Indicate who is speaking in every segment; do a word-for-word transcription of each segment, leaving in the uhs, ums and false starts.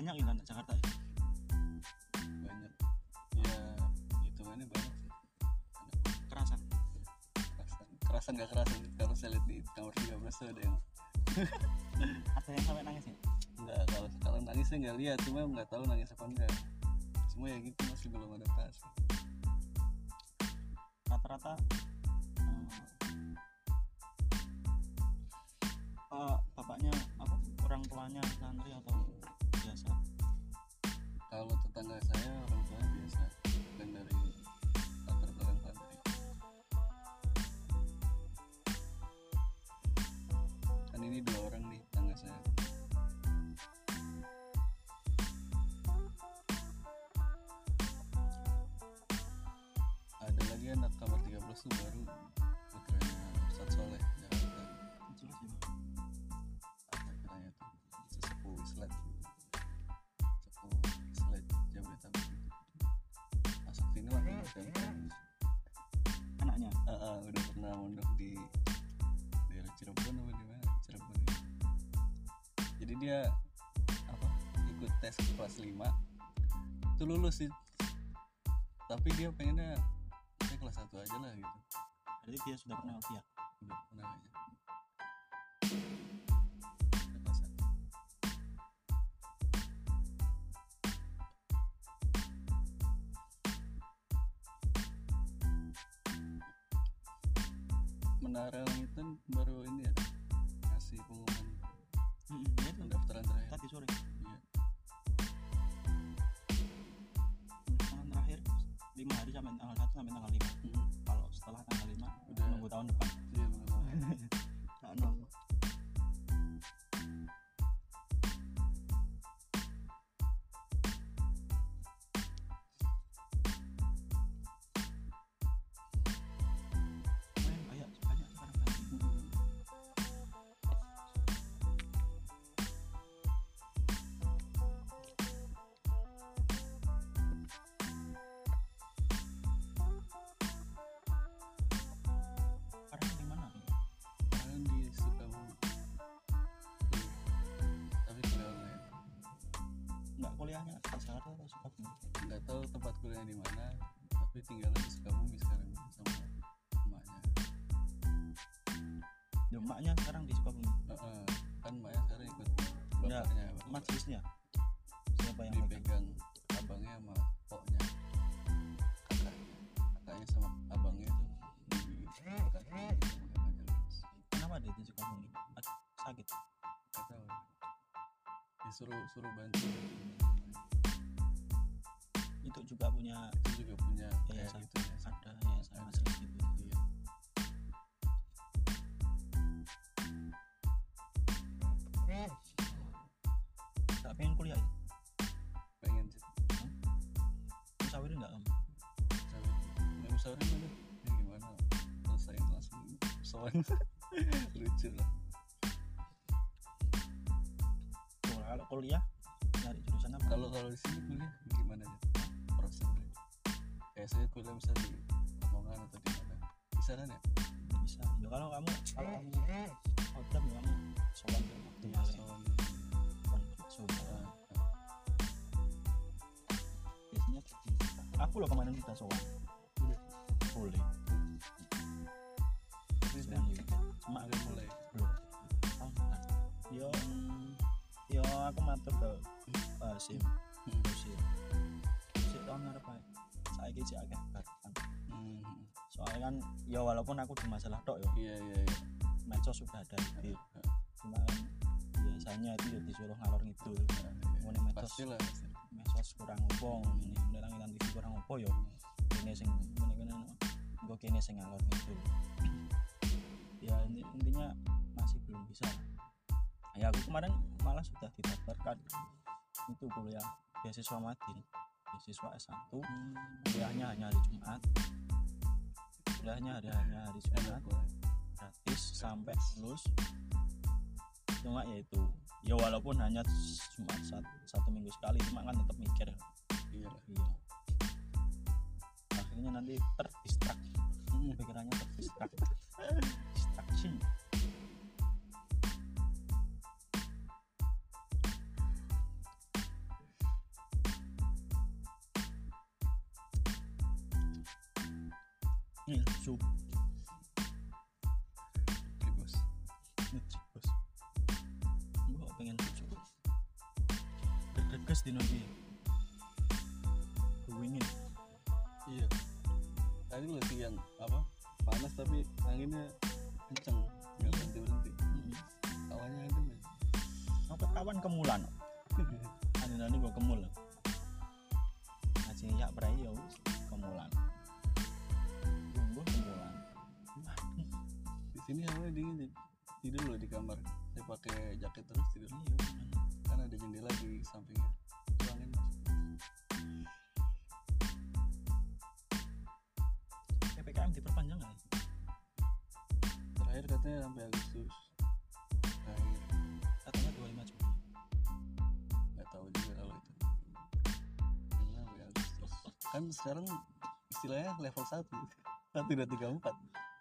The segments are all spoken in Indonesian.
Speaker 1: banyak ya anak Jakarta ya?
Speaker 2: Banyak ya, hitungannya banyak sih.
Speaker 1: Kerasan
Speaker 2: Kerasan kerasan gak kerasan kalau saya lihat di kamar tiga belas tuh ada yang
Speaker 1: ada yang sampai nangis ya?
Speaker 2: enggak, kalau kalau nangis saya nggak lihat, cuma nggak tahu nangis apa enggak, cuma ya gitu masih belum ada tas.
Speaker 1: Rata-rata uh, uh, bapaknya apa orang tuanya santri atau biasa?
Speaker 2: Kalau tetangga saya orang tuanya biasa, bukan dari latar belakang santri. Kan ini dua orang nih tetangga saya. Ada lagi anak kamar tiga belas tuh baru putranya Ustadz Soleh Jakarta.
Speaker 1: Jelas ya.
Speaker 2: Apa kiranya tuh sesepuh Islam, sesepuh Islam Jabodetabek gitu. Masuk sini lah kan.
Speaker 1: Anaknya
Speaker 2: Uh, uh, udah pernah mondok di daerah Cirebon apa di mana? Cirebon ya. Jadi dia apa? Ikut tes kelas lima. Itu lulus sih. Tapi dia pengennya saya kelas satu aja lah gitu.
Speaker 1: berarti dia sudah pernah ujian.
Speaker 2: Udah pernah aja. Udah kelas satu. Menara Langittan baru ini ya kasih pengumuman
Speaker 1: Hmm, dia tuh
Speaker 2: pendaftaran terakhir.
Speaker 1: tadi sore.
Speaker 2: Iya.
Speaker 1: Pendaftaran terakhir lima hari sampai tanggal satu sampai tanggal lima.
Speaker 2: Hmm.
Speaker 1: Kalau setelah tanggal lima
Speaker 2: Udah.
Speaker 1: nunggu tahun depan.
Speaker 2: Iya benar.
Speaker 1: Nggak nunggu. Lumayan banyak banyak sekarang kan. Sekarang di mana?
Speaker 2: Kan di Sukabumi. Tapi kuliah online.
Speaker 1: Nggak kuliahnya di Jakarta atau Sukabumi?
Speaker 2: Nggak tahu tempat kuliahnya di mana, tapi tinggalnya di Sukabumi sekarang sama emaknya.
Speaker 1: Ya, emaknya sekarang di Sukabumi.
Speaker 2: Uh-uh. Kan emaknya sekarang ikut
Speaker 1: Ya,
Speaker 2: bapaknya, bapaknya.
Speaker 1: majelisnya siapa yang pegang?
Speaker 2: Dipegang abangnya sama poknya, kakaknya, kakaknya sama abangnya itu di kakaknya di majelis.
Speaker 1: Kenapa dia di Sukabumi? Ad- Sakit.
Speaker 2: Nggak tahu. Disuruh suruh bantu.
Speaker 1: Itu juga punya
Speaker 2: Itu juga punya kayak
Speaker 1: yayasan.
Speaker 2: gitu ya.
Speaker 1: Ada yayasan
Speaker 2: Ada.
Speaker 1: majelis gitu.
Speaker 2: Iya.
Speaker 1: Gak pengen kuliah ya?
Speaker 2: Pengen sih.
Speaker 1: Musawirin nggak om?
Speaker 2: Musawir. Nggak musawir mana? Ini gimana? Selesai langsung soal lucu lah.
Speaker 1: Tuh, kalau kuliah nyari jurusan apa?
Speaker 2: Kalau kalau di sini kuliah gimana sih prosesnya? Kayak saya kuliah misalnya di Lamongan atau di mana? Bisa kan ya?
Speaker 1: Bisa. Ya kalau kamu kalau kamu hotel ya kamu soal waktu
Speaker 2: Iya,
Speaker 1: balik
Speaker 2: soal
Speaker 1: konflik
Speaker 2: uh,
Speaker 1: biasanya gitu. Aku loh kemarin udah soal
Speaker 2: udah
Speaker 1: boleh.
Speaker 2: tapi udah
Speaker 1: Soal weekend. Cuma
Speaker 2: udah mulai.
Speaker 1: belum tahun depan. Yo, mm, yo aku matur ke uh, sim,
Speaker 2: Hmm.
Speaker 1: sim, sim tahun ngarep ae. Saiki sih akeh garapan.
Speaker 2: Hmm.
Speaker 1: Soalnya kan ya walaupun aku di masalah tok yo,
Speaker 2: Iya iya iya.
Speaker 1: medsos sudah ada itu. Cuma kan biasanya itu ya disuruh ngalor ngidul. Ngene medsos,
Speaker 2: Pastilah pasti.
Speaker 1: medsos kurang opo, ini beneran Langittan T V kurang opo yo. Kene sing ngene-ngene engko kene sing ngalor ngidul. Ya inti- intinya masih belum bisa. Ya aku kemarin malah sudah didaftarkan itu kuliah beasiswa Madin, beasiswa S satu. Kuliahnya hanya hari Jumat, kuliahnya hari hanya hari Jumat, gratis sampai lulus. Cuma ya itu ya walaupun hanya Jumat satu, satu minggu sekali, cuma kan tetap mikir.
Speaker 2: Iya lah.
Speaker 1: Iya, akhirnya nanti terdistrak, pikirannya terdistrak, distraksi. Nih, sup
Speaker 2: Tribos.
Speaker 1: nutri bos. Gua pengen sup. Greges dino iki. Kuwingin.
Speaker 2: Iya. Tadi lagi yang apa? Panas tapi anginnya kenceng, nggak berhenti berhenti. Awalnya adem ya.
Speaker 1: Aku kawan kemulan. Ane nani gua kemul. Aji yak prai yo kemulan. Tunggu kemulan.
Speaker 2: Di sini awalnya dingin, tidur loh di kamar. Saya pakai jaket terus tidur.
Speaker 1: Iya,
Speaker 2: Kan ada jendela di sampingnya. Itu angin masuk.
Speaker 1: P P K M diperpanjang nggak?
Speaker 2: Terakhir katanya sampai Agustus. Terakhir
Speaker 1: Katanya dua puluh lima Juli.
Speaker 2: nggak tahu juga kalau itu. Kayaknya sampai Agustus. Kan sekarang istilahnya level satu, satu dua tiga empat.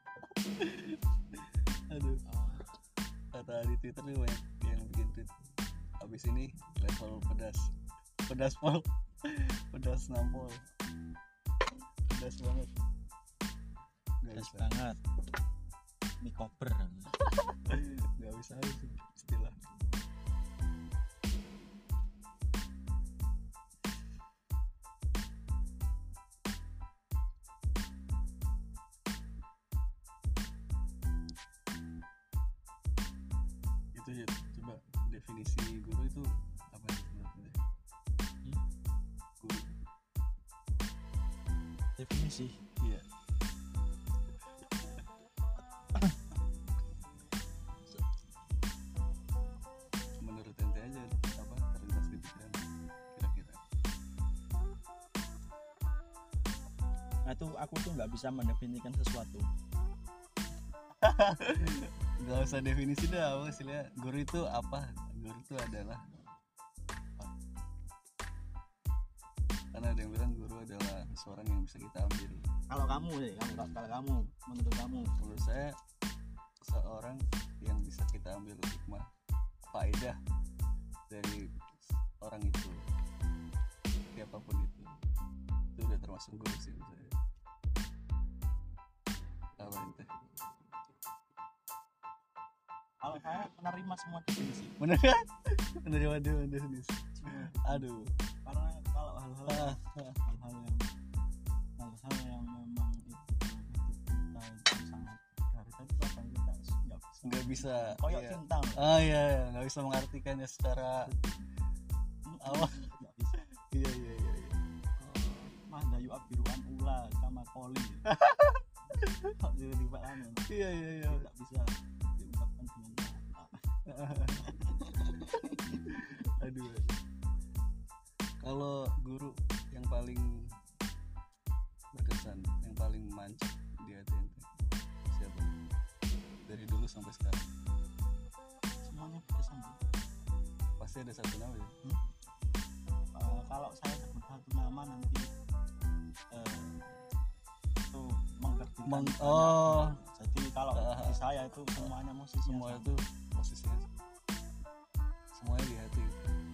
Speaker 2: Aduh. Kata di Twitter nih banyak yang bikin tweet. Abis ini level pedas, pedas pol, pedas nampol, pedas banget. Nggak
Speaker 1: Gas
Speaker 2: bisa,
Speaker 1: banget. Mie koper.
Speaker 2: nggak bisa itu istilah. Itu ya, coba definisi guru itu apa sih menurut anda?
Speaker 1: Hmm?
Speaker 2: Guru,
Speaker 1: Definisi.
Speaker 2: iya. Menurut ente aja apa terlintas di pikiran kira-kira?
Speaker 1: Nah, itu aku tuh nggak bisa mendefinisikan sesuatu.
Speaker 2: Gak usah definisi dah, apa istilahnya guru itu apa? Guru itu adalah apa? Karena ada yang bilang guru adalah seorang yang bisa kita ambil.
Speaker 1: Kalau kamu sih, kamu kalau kamu, menurut kamu,
Speaker 2: Menurut saya seorang yang bisa kita ambil hikmah, faedah dari orang itu, siapapun itu, itu udah termasuk guru sih menurut saya. Kalau ente,
Speaker 1: kalau saya menerima semua definisi.
Speaker 2: bener kan? Menerima dia definisi. Aduh.
Speaker 1: Karena kalau hal-hal
Speaker 2: Ah, ah.
Speaker 1: hal-hal yang hal-hal yang memang itu hidup kita itu sangat berharga itu kadang kita nggak bisa
Speaker 2: Nggak bisa.
Speaker 1: koyok
Speaker 2: Iya.
Speaker 1: cinta loh.
Speaker 2: Ah iya, iya, nggak bisa mengartikannya secara apa?
Speaker 1: Nggak bisa.
Speaker 2: Iya iya iya. iya.
Speaker 1: Mahdayu abiruan ula sama koli. Kok jadi tiba anu
Speaker 2: Iya iya iya.
Speaker 1: nggak bisa diungkapkan dengan kata.
Speaker 2: Aduh. aduh. Kalau guru yang paling berkesan, yang paling mantap di hati ente siapa? Dari dulu sampai sekarang.
Speaker 1: Semuanya berkesan.
Speaker 2: Pasti ada satu nama ya.
Speaker 1: Uh, kalau saya sebut satu nama nanti uh, itu mengkerdilkan
Speaker 2: Meng-
Speaker 1: banyak.
Speaker 2: oh.
Speaker 1: Jadi kalau
Speaker 2: Ah.
Speaker 1: di saya itu semuanya musisi
Speaker 2: Semua itu posisinya semuanya di hati.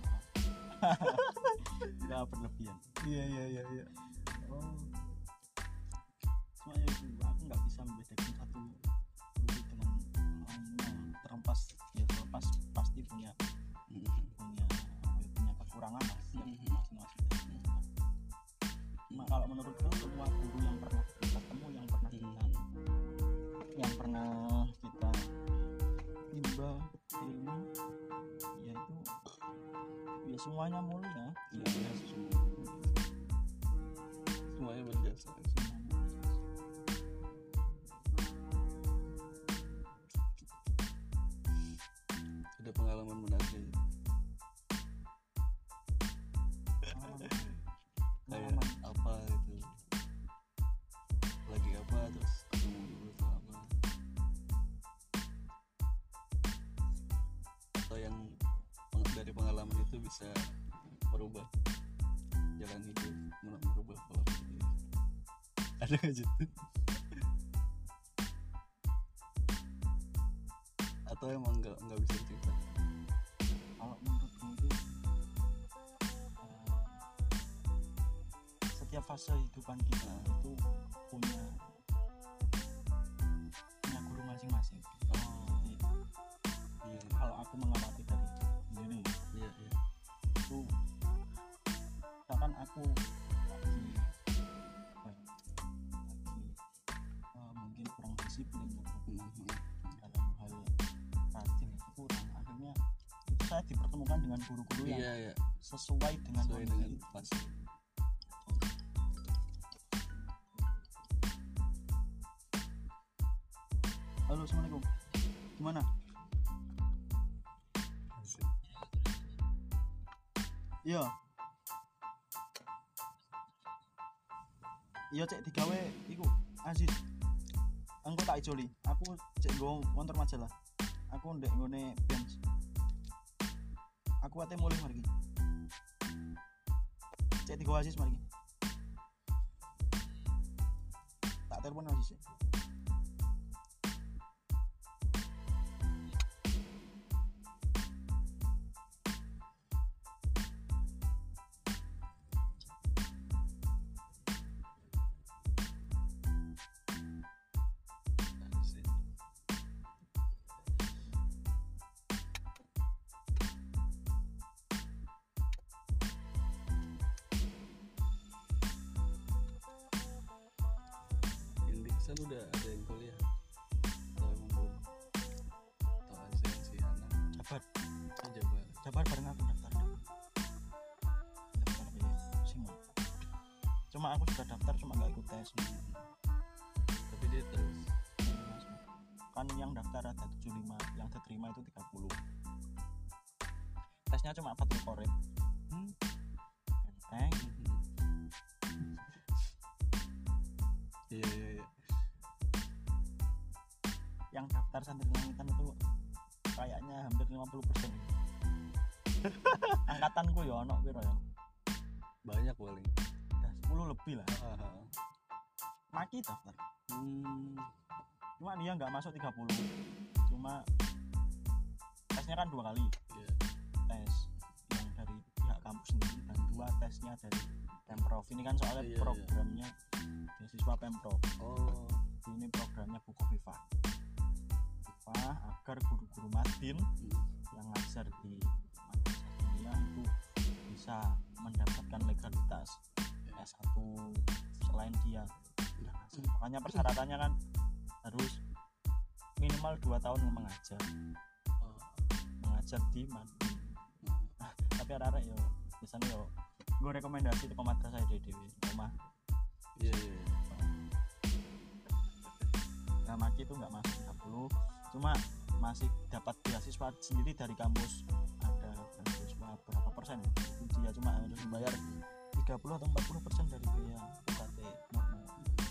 Speaker 1: nggak berlebihan.
Speaker 2: Iya iya iya iya.
Speaker 1: Oh, semuanya itu aku nggak bisa membedakan satu guru dengan lainnya. Terlepas ya terlepas pasti punya punya punya kekurangan lah setiap
Speaker 2: Mhm.
Speaker 1: masing-masing. Nah, kalau menurutku semua guru yang pernah kita ketemu, yang pernah kita yang pernah kita nimba ilmu, yaitu ya semuanya mulia.
Speaker 2: Semuanya semua. Semuanya berjasa. Ada pengalaman menarik ya? Kayak apa gitu, lagi apa terus ketemu dulu atau apa, atau yang peng- dari pengalaman itu bisa merubah jalan hidup, mer- merubah pola pikir. Ada nggak gitu? Atau emang nggak nggak bisa cerita?
Speaker 1: Kalau menurutku itu eh, setiap fase kehidupan kita itu punya masing-masing.
Speaker 2: Oh
Speaker 1: Jadi
Speaker 2: iya
Speaker 1: kalau aku mengamati dari ini
Speaker 2: iya iya
Speaker 1: itu misalkan aku lagi apa ya, lagi eh, mungkin kurang disiplin atau
Speaker 2: Mhm.
Speaker 1: dalam hal rajin itu kurang, akhirnya itu saya dipertemukan dengan guru-guru yang
Speaker 2: iya iya
Speaker 1: sesuai dengan
Speaker 2: sesuai
Speaker 1: kondisi.
Speaker 2: dengan pas
Speaker 1: Halo, assalamualaikum. Gimana? Iya. Iya cek digawe iku Aziz. Engko tak ijoli. Aku cek nggo motor majalah. Aku ndek nggone bench. Aku ate mulih mari. Cek digawe Aziz mari. Tak telepon Aziz. Ya.
Speaker 2: yang di kesan udah ada yang kuliah atau emang belum atau Azen si anak
Speaker 1: Jabar.
Speaker 2: aja bar
Speaker 1: Jabar bareng aku daftar. Daftar di sing. Cuma aku sudah daftar cuma enggak ikut tes.
Speaker 2: tapi dia terus
Speaker 1: Kan yang daftar ada tujuh puluh lima, yang diterima itu tiga puluh. Tesnya cuma Fathul Qorib.
Speaker 2: hmm.
Speaker 1: Enteng.
Speaker 2: iya iya iya
Speaker 1: Yang daftar santri langitan itu kayaknya hampir lima puluh persen. Angkatanku ya ono piro ya?
Speaker 2: banyak paling
Speaker 1: Udah sepuluh lebih lah.
Speaker 2: ah, ah, ah.
Speaker 1: Maki daftar.
Speaker 2: hmm.
Speaker 1: Cuma dia nggak masuk tiga puluh. Cuma tesnya kan dua kali.
Speaker 2: iya
Speaker 1: Tes yang dari pihak kampus sendiri dan dua tesnya dari Pemprov. Ini kan soalnya
Speaker 2: Iya, iya.
Speaker 1: programnya beasiswa Pemprov.
Speaker 2: oh
Speaker 1: Ini programnya Bukoviva. Viva agar guru-guru madin
Speaker 2: hmm.
Speaker 1: yang ngajar di madrasah dunia itu bisa mendapatkan legalitas S satu selain dia udah ngasih. Makanya persyaratannya kan harus minimal dua tahun mengajar
Speaker 2: oh.
Speaker 1: mengajar di madin. Tapi ada-ada yo biasanya yo gue rekomendasi ke madrasah D D W rumah.
Speaker 2: iya iya iya.
Speaker 1: Nah Maki itu nggak masuk tiga puluh, cuma masih dapat beasiswa sendiri dari kampus. Ada beasiswa berapa persen itu dia cuma harus membayar tiga puluh atau empat puluh persen dari biaya U K T normal.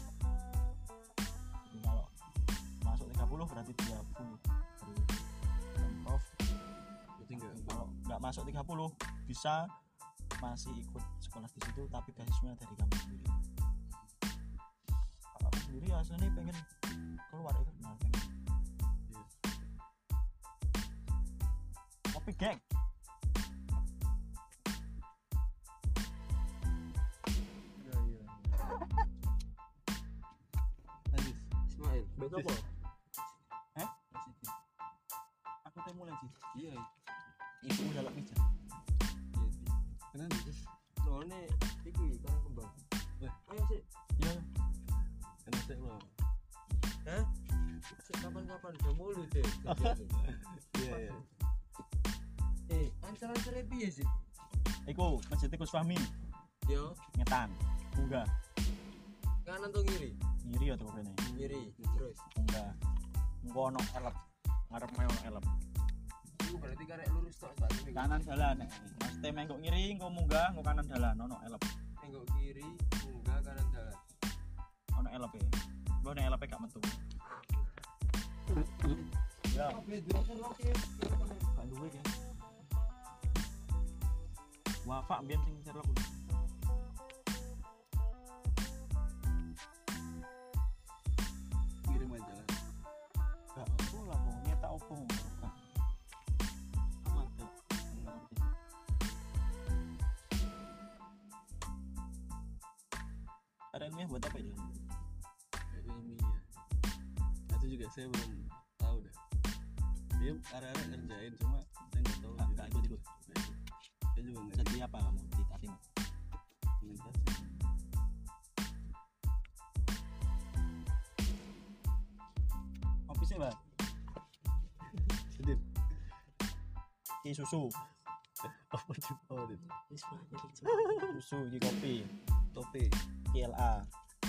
Speaker 1: Jadi kalau masuk tiga puluh berarti dia full dari Pemprov.
Speaker 2: berarti enggak
Speaker 1: Kalau nggak masuk tiga puluh bisa masih ikut sekolah di situ tapi beasiswa dari kampus sendiri. Kalau aku sendiri aslinya pengen keluar ya kan pengen.
Speaker 2: Iya.
Speaker 1: Kopi geng.
Speaker 2: iya iya Aziz
Speaker 3: Ismail,
Speaker 2: Bagus.
Speaker 3: apa?
Speaker 1: Eh? Aku teh mulai sih.
Speaker 2: iya
Speaker 1: Ibu dalam meja.
Speaker 2: iya Di. kenapa Aziz
Speaker 3: Loh ini, iki karang kembang.
Speaker 2: Weh.
Speaker 3: Ayo sih,
Speaker 1: Iya.
Speaker 2: kenapa saya lo
Speaker 3: hah? Sik kapan-kapan udah mulu deh.
Speaker 2: iya iya
Speaker 3: Eh, ancar-ancar piye sih?
Speaker 1: Iku Masjid Tikus Fahmi
Speaker 3: Yo,
Speaker 1: ngetan. Bunga.
Speaker 3: kanan tuh kiri,
Speaker 1: Ngiri ya tuh kene.
Speaker 3: kiri, terus.
Speaker 1: Bunga. Engko ono elep. Ngarep me ono elep.
Speaker 3: Iku berarti karek lurus tok Pak ini.
Speaker 1: Kanan dalan nek. Mas teh mengko ngiri engko munggah engko kanan dalan ono elep.
Speaker 3: Tengok kiri, munggah kanan jalan.
Speaker 1: Ono elep e. Engko nek elepe gak metu. Ya,
Speaker 3: Oke, dua oke.
Speaker 1: gak duwe ya. Wafa mbiyen sing cerlok.
Speaker 2: kirim aja lah
Speaker 1: Gak aku lah kok nyetak opo. Amat deh. Ada ilmiah buat apa ini?
Speaker 2: kayak ilmiah itu juga saya belum dia arah-arah ngerjain cuma saya nggak tahu
Speaker 1: nggak
Speaker 2: dia-
Speaker 1: nggak ikut ikut
Speaker 2: saya juga nggak
Speaker 1: jadi apa kamu di Tatim
Speaker 2: komunikasi.
Speaker 1: kopi sih bang
Speaker 2: Sedih.
Speaker 1: ki susu
Speaker 2: Apa tuh? Oh, Dit.
Speaker 3: Wis banyak itu.
Speaker 1: susu ki kopi
Speaker 2: Topi.
Speaker 1: K L A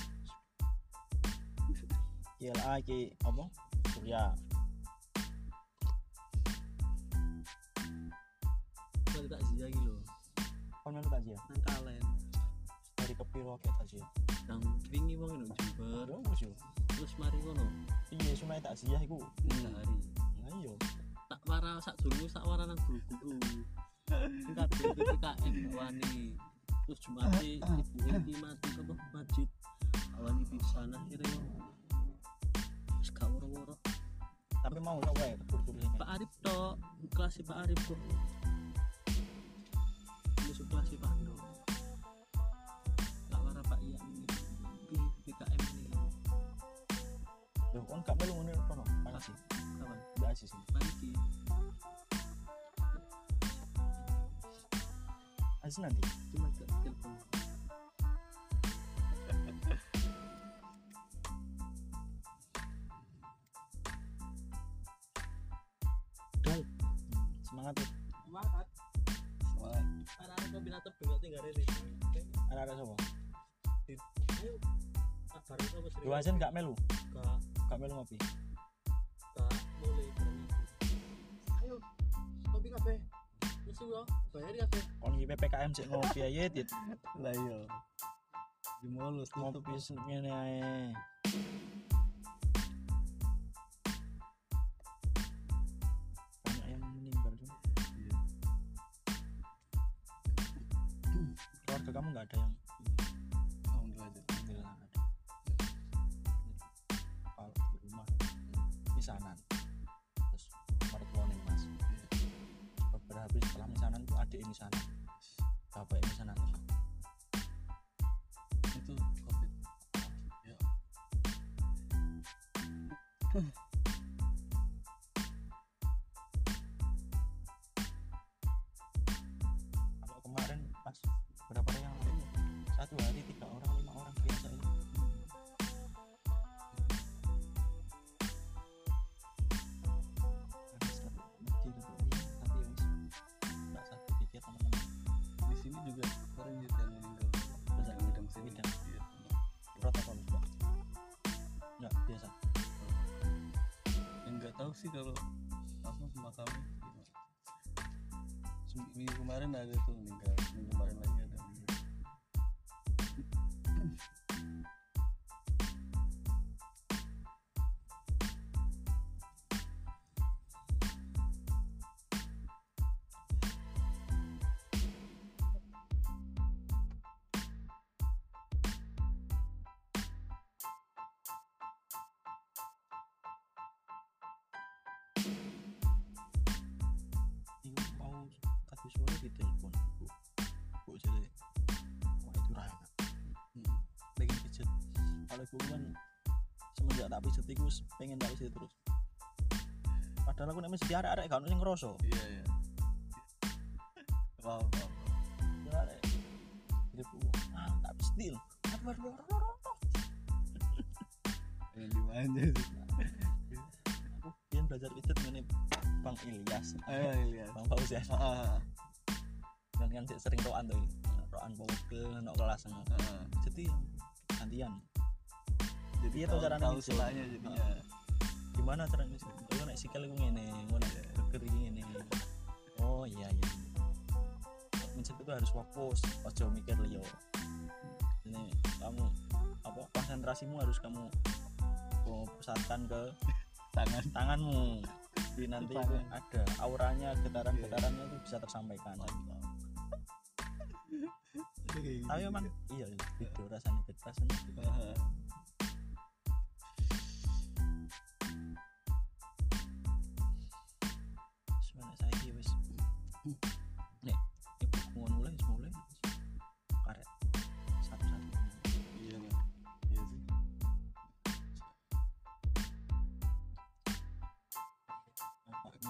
Speaker 1: K L A ki apa Surya
Speaker 3: Kalau tak sih lagi loh.
Speaker 1: kon melu tak sih ya
Speaker 3: Nang kalen.
Speaker 1: dari kepiro kayak tak sih
Speaker 3: Nang wingi wong ngono Jember.
Speaker 1: ya wis yo
Speaker 3: Terus mari ngono.
Speaker 1: iya sunai tak sih ya iku
Speaker 3: Sehari.
Speaker 1: nah iya
Speaker 3: Tak wara sak dulu sak wara nang guru-guru. Sing kabeh P P K M wani. Terus Jumate ibu iki mati apa masjid. Awani pisan akhirnya wis gak woro-woro.
Speaker 1: tapi mau sok wae tur-turnya
Speaker 3: Pak Arif tok, kelas Pak Arif kok. Masuk kelas Pak Ando. Gak wara Pak Iya ini. P K M ini.
Speaker 1: yo kon gak melu ngene kono panas sih
Speaker 3: Kapan?
Speaker 1: mbak sih sih
Speaker 3: Mari ki.
Speaker 1: Aziz nanti
Speaker 3: Cuma ke telepon.
Speaker 1: Dal semangat tuh
Speaker 3: Semangat.
Speaker 2: Semangat.
Speaker 3: Anak-anak kombinator bengok tinggal ini.
Speaker 1: ada ada semua
Speaker 3: Ayo. Kabar itu apa sering?
Speaker 1: yo Aziz gak melu
Speaker 3: Gak,
Speaker 1: gak melu ngopi
Speaker 3: gak mulai berani. Ayo. Kopi kafe. Wis yo, bayar kafe.
Speaker 1: kon iki P P K M sik ngopi ae tit
Speaker 2: Lah iya. Dimulus tutup
Speaker 1: ngopi ngene ae banyak yang meninggal tuh
Speaker 2: Iya.
Speaker 1: keluarga kamu nggak ada yang
Speaker 2: Alhamdulillah aja.
Speaker 1: alhamdulillah nggak ada kalau di rumah misanan terus mertuane mas beberapa hari setelah misanan tuh adik misanan bapak misanan
Speaker 2: Itu covid. Ya.
Speaker 1: kalau kemarin pas berapa hari yang lalu satu hari tiga orang lima orang biasa ini ada satu masjid untuk dia tapi ya wis nggak satu pikir teman-teman
Speaker 2: Di sini juga orang yang meninggal.
Speaker 1: Terus
Speaker 2: Yang bidang sini.
Speaker 1: bidang.
Speaker 2: Iya.
Speaker 1: protokol juga nggak biasa
Speaker 2: Yang nggak tahu sih kalau apa makamnya gimana. Sem- Minggu kemarin ada tuh meninggal. Minggu kemarin lagi ada meninggal.
Speaker 1: Iku mau tadi sore ditelepon ibu bu jadi wah itu raya
Speaker 2: Hmm.
Speaker 1: pengen pijet kalau ibu kan semenjak tak pijet iku wis pengen tak pijet terus padahal aku nek mesti arek-arek gak ono sing ngeroso
Speaker 2: Iya iya. Paham paham.
Speaker 1: ya arek jadi bu ah tak pijet aduh aduh aduh aduh
Speaker 2: Pengen dimanja sih.
Speaker 1: aku biyen belajar pijet ngene Bang Ilyas
Speaker 2: Ayo lihat.
Speaker 1: Bang Fauzan
Speaker 2: Ah.
Speaker 1: dan kan sik sering roan tuh roan pokoknya ono kelas ngono
Speaker 2: ah.
Speaker 1: jadi gantian
Speaker 2: Jadi
Speaker 1: Iya, tuh
Speaker 2: tahu-
Speaker 1: caranya
Speaker 2: tahu
Speaker 1: gitu.
Speaker 2: selanya jadinya.
Speaker 1: gimana caranya sih oh nek sikil iku ngene ngono burger iki ngene oh iya iya mencet itu harus fokus ojo mikir liyo ini kamu apa konsentrasimu harus kamu oh, pusatkan ke
Speaker 2: Tangan.
Speaker 1: tanganmu jadi nanti itu
Speaker 2: Tangan.
Speaker 1: ada auranya getaran-getarannya itu bisa tersampaikan tapi memang iya iya, beda rasanya beda rasanya beda.
Speaker 2: Ah.
Speaker 1: Sebenarnya saya iki wis nek ibu ngono mulai wis mulai karet satu-satunya
Speaker 2: Iya kan. Iya sih.
Speaker 1: bapakku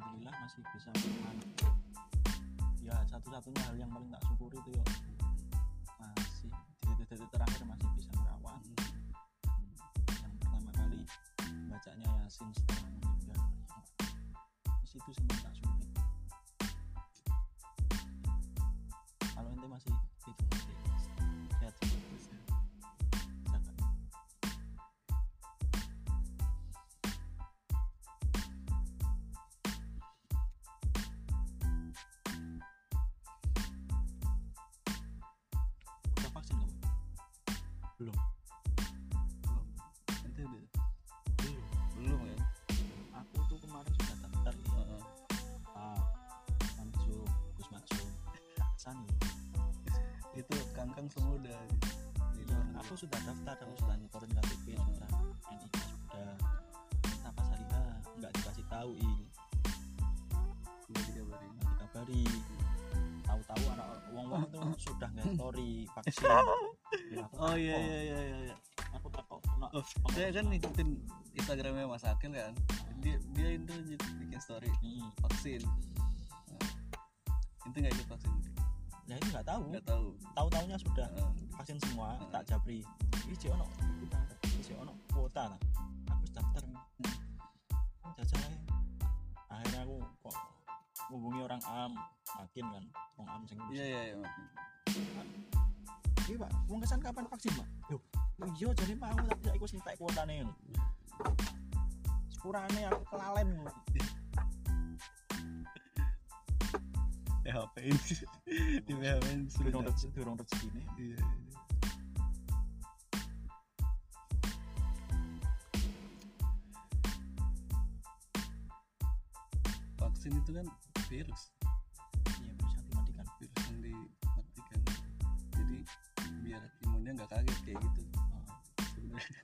Speaker 1: alhamdulillah masih bisa menemani. Ya satu-satunya hal yang paling tak syukuri itu ya masih di titik-titik terakhir masih bisa merawat. Yang pertama kali bacanya Yasin setelah meninggal, di situ sih tak syukuri. Kalau ente masih itu masih sehat semua, jaga. Udah vaksin kamu? Belum.
Speaker 2: belum nanti udah
Speaker 1: Belum.
Speaker 2: belum ya.
Speaker 1: Aku tuh kemarin sudah daftar ya.
Speaker 2: Heeh.
Speaker 1: Pak Mansur, Gus Mansur, Hasan ya.
Speaker 2: Itu kangkang semua udah
Speaker 1: Ya, aku sudah daftar, aku sudah nyetorin K T P, sudah N I K sudah, minta Pak Saliha nggak dikasih tahu ini,
Speaker 2: udah dikabarin.
Speaker 1: nggak dikabari. Tahu-tahu anak uang-uang itu sudah nge story vaksin. Ya, aku
Speaker 2: Oh iya
Speaker 1: takut.
Speaker 2: iya iya iya iya.
Speaker 1: Aku takut. Nah,
Speaker 2: Oh, saya kan ngikutin Instagramnya Mas Akil kan. Dia dia itu bikin story
Speaker 1: hmm.
Speaker 2: vaksin. Nah, itu nggak ikut vaksin.
Speaker 1: Ya itu nggak tahu.
Speaker 2: Nggak tahu.
Speaker 1: Tahu-taunya sudah
Speaker 2: Heeh.
Speaker 1: vaksin semua,
Speaker 2: Heeh.
Speaker 1: tak japri. Iji ono, kita, iji ono kuota lah. Aku daftar. Jajal aja. Akhirnya aku kok hubungi orang am, makin kan, orang am sing.
Speaker 2: Iya iya iya.
Speaker 1: Iya Pak, wong kesan kapan vaksin Pak? Yo, iya jadi Pak aku tak ikut entek kuotane. Sepurane aku kelalen.
Speaker 2: P H P ini di P H P ini
Speaker 1: Durung
Speaker 2: sudah.
Speaker 1: rezeki, durung rezekine.
Speaker 2: Iya. Vaksin itu kan virus,
Speaker 1: Iya bisa dimatikan.
Speaker 2: virus yang dimatikan. Jadi biar imunnya nggak kaget kayak gitu.
Speaker 1: Heeh.
Speaker 2: Sebenarnya.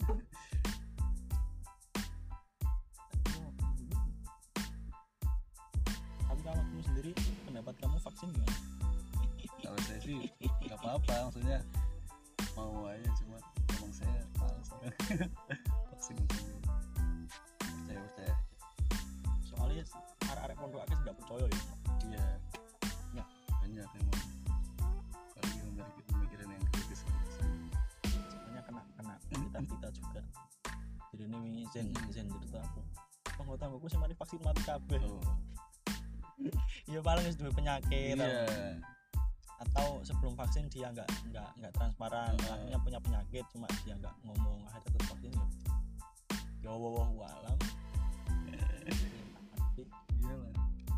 Speaker 1: Tapi kalau kamu sendiri pendapat kamu vaksin gimana?
Speaker 2: Kalau saya sih nggak apa-apa, maksudnya mau aja, cuma emang saya malas vaksin sendiri. Percaya percaya.
Speaker 1: Soalnya arek-arek pondok akeh nggak percaya ya.
Speaker 2: Iya.
Speaker 1: Ya.
Speaker 2: Banyak emang. Apalagi memiliki pemikiran yang kritis.
Speaker 1: Soalnya kena kena kita-kita juga. Jadi ini Zen Zen cerita aku. Anggota aku sih mari vaksin mati kabeh.
Speaker 2: Oh.
Speaker 1: Iya paling wis duwe penyakit.
Speaker 2: Iya.
Speaker 1: Atau sebelum vaksin dia nggak nggak nggak transparan,
Speaker 2: Uh.
Speaker 1: artinya punya penyakit cuma dia nggak ngomong akhirnya tetap vaksin ya. Ya wallahu alam. Tapi
Speaker 2: Iyalah.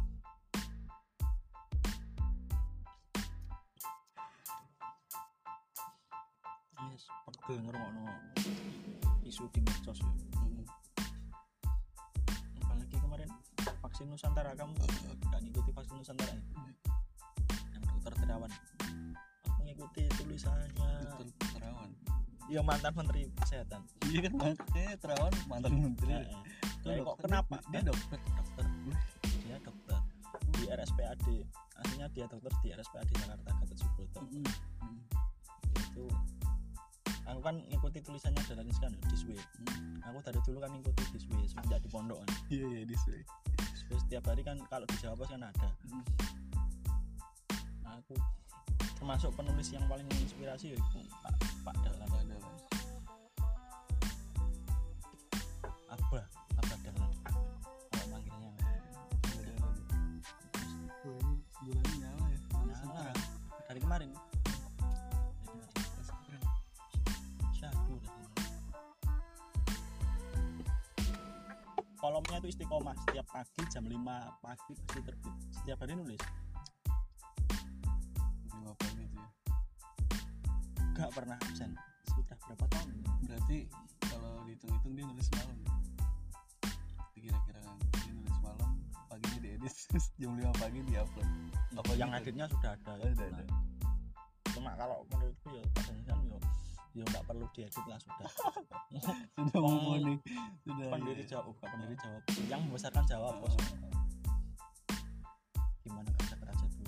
Speaker 1: yes, pegel ngerungokno isu di medsos ya.
Speaker 2: Hmm.
Speaker 1: Apalagi kemarin vaksin Nusantara, kamu nggak ngikuti vaksin Nusantara ya? Yang dokter terawan. Aku ngikuti tulisannya.
Speaker 2: Dokter Terawan.
Speaker 1: Ya mantan Menteri Kesehatan.
Speaker 2: Iya kan, makanya Terawan mantan menteri.
Speaker 1: Nah,
Speaker 2: Itu
Speaker 1: eh, kok
Speaker 2: dokter,
Speaker 1: kenapa?
Speaker 2: Dia
Speaker 1: Hah?
Speaker 2: dokter.
Speaker 1: Dokter. Dia dokter di R S P A D. Aslinya dia dokter di R S P A D Jakarta Gatot Subroto.
Speaker 2: Hmm. Hmm.
Speaker 1: Dia itu aku kan ngikuti tulisannya Dahlan Iskan this way.
Speaker 2: Hmm.
Speaker 1: Aku dari dulu kan ngikuti this way semenjak di pondok kan.
Speaker 2: Iya iya this way.
Speaker 1: This way setiap hari kan kalau di Jawa Pos kan ada.
Speaker 2: Hmm.
Speaker 1: Nah, aku termasuk penulis yang paling menginspirasi yaitu Pak Pak Dahlan.
Speaker 2: Ada lah.
Speaker 1: Abah Abah Dahlan kalau manggilnya.
Speaker 2: Wah, ini bulannya nyala ya.
Speaker 1: Nyala dari kemarin. Syakur. Kolomnya itu istiqomah, setiap pagi jam lima pagi pasti terbit. Setiap hari nulis.
Speaker 2: Lima pagi itu ya.
Speaker 1: Gak pernah absen. Sudah berapa tahun ini?
Speaker 2: Berarti kalau dihitung-hitung dia nulis malam ya? Kira-kira kan dia nulis malam, paginya diedit, terus jam lima pagi diupload. Apa
Speaker 1: Yang
Speaker 2: gitu?
Speaker 1: editnya sudah ada.
Speaker 2: Oh, udah ada.
Speaker 1: Cuma kalau menurutku ya kadang kan ya ya nggak perlu diedit lah sudah.
Speaker 2: Sudah
Speaker 1: Oh,
Speaker 2: mumpuni. Sudah.
Speaker 1: Pendiri
Speaker 2: iya.
Speaker 1: Jawa, bukan pendiri Jawa, yang membesarkan Jawa Pos. Gimana kerja kerja dulu.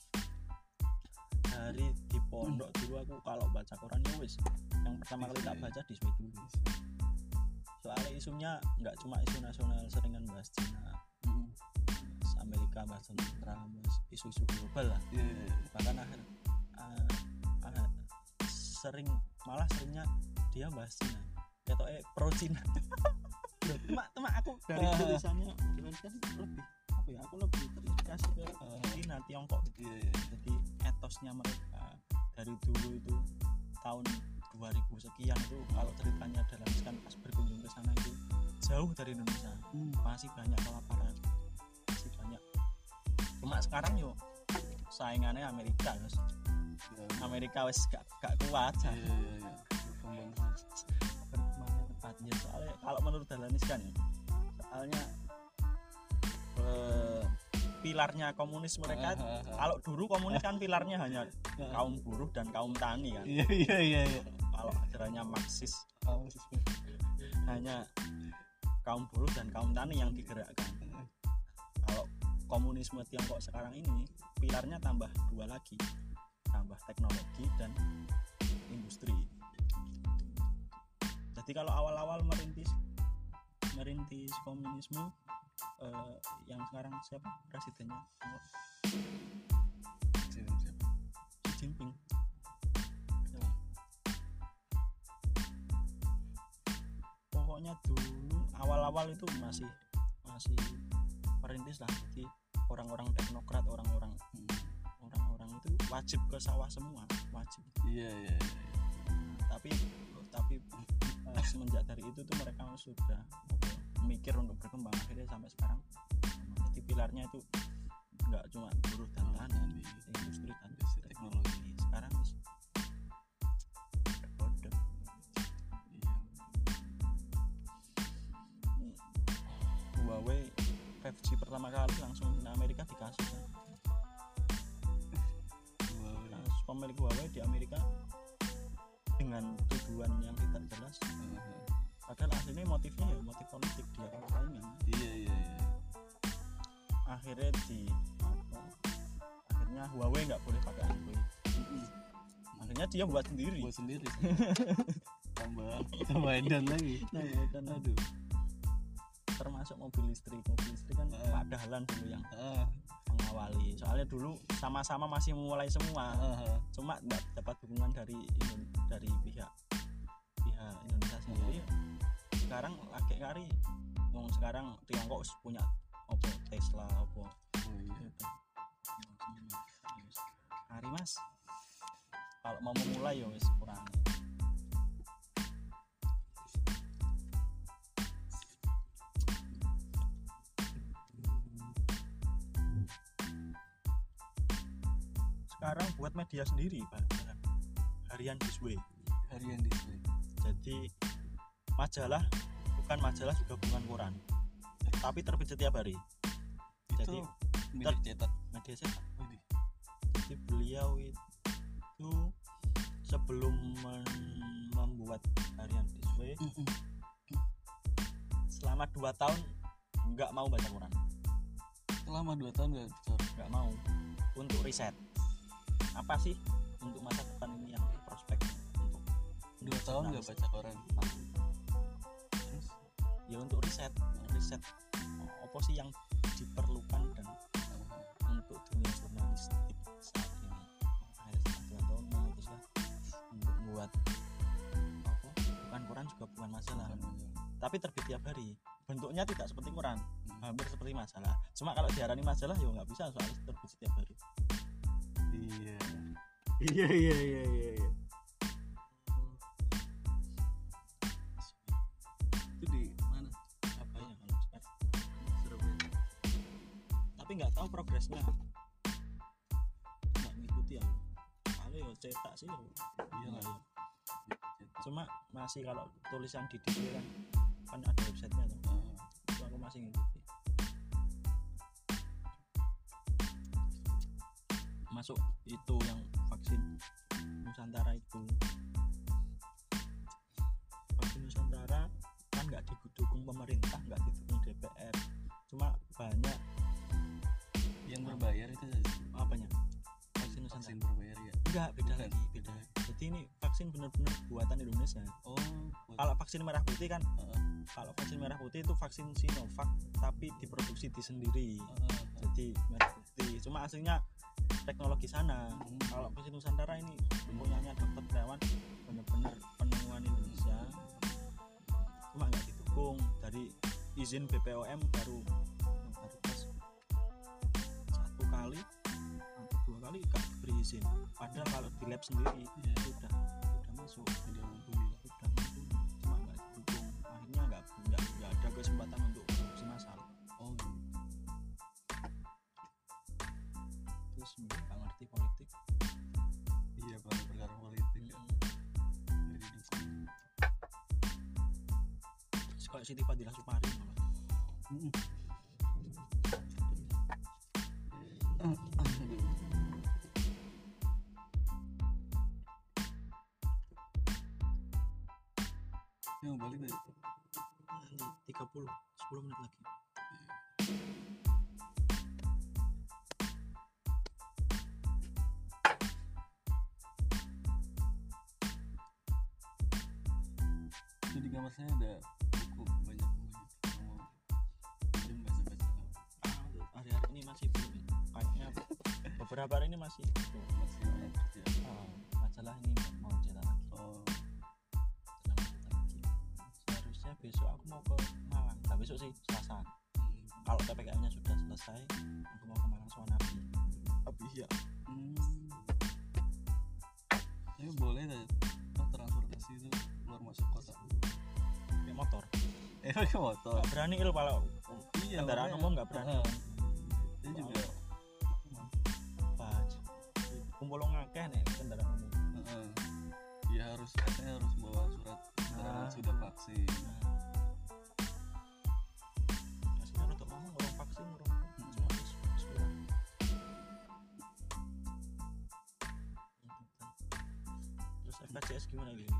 Speaker 1: Dari di pondok dulu aku kalau baca koran ya wis yang pertama kali tak baca di Swe dulu. Soalnya isunya nggak cuma isu nasional, seringan bahas Cina,
Speaker 2: Hmm.
Speaker 1: Amerika, bahas Donald Trump, bahas isu-isu global lah.
Speaker 2: Iya, iya, iya.
Speaker 1: Bahkan akhir uh, uh, sering malah seringnya dia bahas Cina. Ketoknya pro Cina. Cuma cuma aku dari tulisannya kan lebih apa ya? Aku lebih terinspirasi ke uh, Cina, Tiongkok.
Speaker 2: Iya, iya.
Speaker 1: Jadi etosnya mereka dari dulu itu tahun dua ribu sekian itu kalau ceritanya dalam kan pas berkunjung ke sana itu jauh dari Indonesia.
Speaker 2: Hmm.
Speaker 1: Masih banyak kelaparan, masih banyak. Cuma sekarang yo saingannya Amerika, guys.
Speaker 2: Ya,
Speaker 1: Amerika wes gak, gak kuat.
Speaker 2: iya, iya, iya. Berkembang.
Speaker 1: Berkembangnya tepatnya soalnya kalau menurut Dahlan Iskan ya, soalnya eh, pilarnya komunis mereka kalau dulu komunis kan pilarnya hanya kaum buruh dan kaum tani kan.
Speaker 2: Iya, iya, iya, iya.
Speaker 1: Kalau ajarannya Marxis hanya kaum buruh dan kaum tani yang digerakkan. Kalau komunisme Tiongkok sekarang ini pilarnya tambah dua lagi, tambah teknologi dan industri. Jadi kalau awal-awal merintis merintis komunisme eh, yang sekarang siapa presidennya?
Speaker 2: Siapa, siapa?
Speaker 1: Xi Jinping. Pokoknya dulu awal-awal itu masih masih perintis lah, jadi orang-orang teknokrat, orang-orang orang-orang itu wajib ke sawah semua, wajib.
Speaker 2: Iya, iya, iya.
Speaker 1: Tapi tapi eh, semenjak dari itu tuh mereka sudah apa, mikir untuk berkembang akhirnya sampai sekarang. Jadi pilarnya itu enggak cuma buruh dan tani, industri dan teknologi. Sekarang wis berkode.
Speaker 2: Iya.
Speaker 1: Huawei lima G pertama kali langsung di Amerika dikasih kan.
Speaker 2: Wow.
Speaker 1: Nah, pemilik Huawei di Amerika dengan tuduhan yang tidak jelas, padahal aslinya motifnya ya motif politik, dia persaingan.
Speaker 2: Iya, iya, iya.
Speaker 1: Akhirnya di apa, akhirnya Huawei nggak boleh pakai Android, akhirnya dia buat sendiri.
Speaker 2: Buat sendiri. tambah tambah edan lagi.
Speaker 1: Nah, dan aduh, termasuk mobil listrik mobil listrik kan
Speaker 2: Ah.
Speaker 1: Pak Dahlan dulu yang
Speaker 2: Ah,
Speaker 1: mengawali, soalnya dulu sama-sama masih memulai semua,
Speaker 2: ah,
Speaker 1: cuma nggak dapat dukungan dari Indo- dari pihak pihak Indonesia sendiri. Sekarang lagi kari ngomong sekarang Tiongkok punya apa Tesla apa
Speaker 2: oh iya.
Speaker 1: gitu. Hari mas kalau mau memulai ya wis kurang. Sekarang buat media sendiri Pak, harian Disway.
Speaker 2: Harian display.
Speaker 1: Jadi majalah bukan majalah juga bukan koran, tapi terbit setiap hari. Jadi
Speaker 2: Itu milik cetak.
Speaker 1: media cetak.
Speaker 2: Widih.
Speaker 1: Jadi beliau itu sebelum men- membuat harian Disway selama dua tahun nggak mau baca koran,
Speaker 2: Selama dua tahun gak bocor.
Speaker 1: nggak mau, untuk riset apa sih untuk masa depan ini yang prospek untuk
Speaker 2: Dua tahun gak baca koran.
Speaker 1: terus ya untuk riset riset apa sih yang diperlukan dan untuk dunia jurnalistik saat ini. Akhirnya setelah dua tahun memutuskan untuk membuat apa bukan koran juga bukan majalah, tapi terbit tiap hari. Bentuknya tidak seperti koran, hampir seperti majalah, cuma kalau diarani majalah ya nggak bisa soalnya terbit setiap hari.
Speaker 2: Iya. Iya, iya, iya, iya, iya. Itu di mana?
Speaker 1: Apa ya kalau sekarang
Speaker 2: Surabaya.
Speaker 1: tapi nggak tahu progresnya, nggak ngikuti ya. Kalau ya cetak sih ya
Speaker 2: Iya lah.
Speaker 1: ya. Cuma masih kalau tulisan di D W kan kan ada websitenya tuh,
Speaker 2: Ah,
Speaker 1: itu aku masih ngikuti. Masuk itu yang vaksin Nusantara itu, vaksin Nusantara kan nggak didukung pemerintah, nggak didukung D P R, cuma banyak
Speaker 2: yang berbayar itu
Speaker 1: apanya vaksin Nusantara.
Speaker 2: vaksin berbayar ya.
Speaker 1: Enggak, beda
Speaker 2: Bukan.
Speaker 1: lagi, beda. Jadi ini vaksin benar-benar buatan Indonesia.
Speaker 2: Oh, buat-
Speaker 1: Kalau vaksin merah putih kan
Speaker 2: Heeh.
Speaker 1: kalau vaksin merah putih itu vaksin Sinovac tapi diproduksi di sendiri.
Speaker 2: Uh,
Speaker 1: Jadi merah putih. Cuma aslinya teknologi sana.
Speaker 2: Hmm.
Speaker 1: Kalau vaksin Nusantara ini punyanya dokter Terawan benar-benar penemuan Indonesia. Cuma nggak didukung dari izin B P O M baru baru pas satu kali atau dua kali nggak diberi izin. Padahal kalau di lab sendiri
Speaker 2: Iya.
Speaker 1: sudah sudah masuk,
Speaker 2: Udah mumpuni.
Speaker 1: sudah mampu, cuma nggak didukung. Akhirnya nggak nggak nggak ada kesempatan untuk produksi massal.
Speaker 2: Oh gitu.
Speaker 1: Terus nggak ngerti politik.
Speaker 2: Iya kalau perkara politik ya.
Speaker 1: Hmm.
Speaker 2: Jadi dukung.
Speaker 1: Terus kayak Siti Fadila Supari malah.
Speaker 2: Mm. Yang balik tadi.
Speaker 1: Nanti tiga puluh sepuluh menit lagi.
Speaker 2: Itu di kamar saya ada buku banyak buku. Mau belum baca-baca
Speaker 1: Ah, hari-hari ini masih belum. Kayaknya beberapa hari ini masih belum.
Speaker 2: masih banyak kerja.
Speaker 1: Ah, masalah ini mau cerita lagi.
Speaker 2: Oh,
Speaker 1: Dalam cerita lagi. Seharusnya besok aku mau ke Malang. Nah, besok sih Selasa. Kalau P P K M-nya sudah selesai, aku mau ke Malang soal Nabi. Tapi ya,
Speaker 2: hmm. Tapi boleh deh, oh, transportasi itu keluar masuk kota.
Speaker 1: pakai motor.
Speaker 2: Eh, pakai motor.
Speaker 1: Nggak berani il kalau
Speaker 2: Iya,
Speaker 1: kendaraan
Speaker 2: makanya.
Speaker 1: umum nggak berani.
Speaker 2: Heeh. Saya juga.
Speaker 1: Pas kumpul ngakeh nih kendaraan umum.
Speaker 2: Heeh. Ya harus, katanya harus bawa surat keterangan
Speaker 1: Nah.
Speaker 2: sudah vaksin.
Speaker 1: Aslinya udah ngomong orang vaksin orang cuma surat. Terus F K C S gimana ini?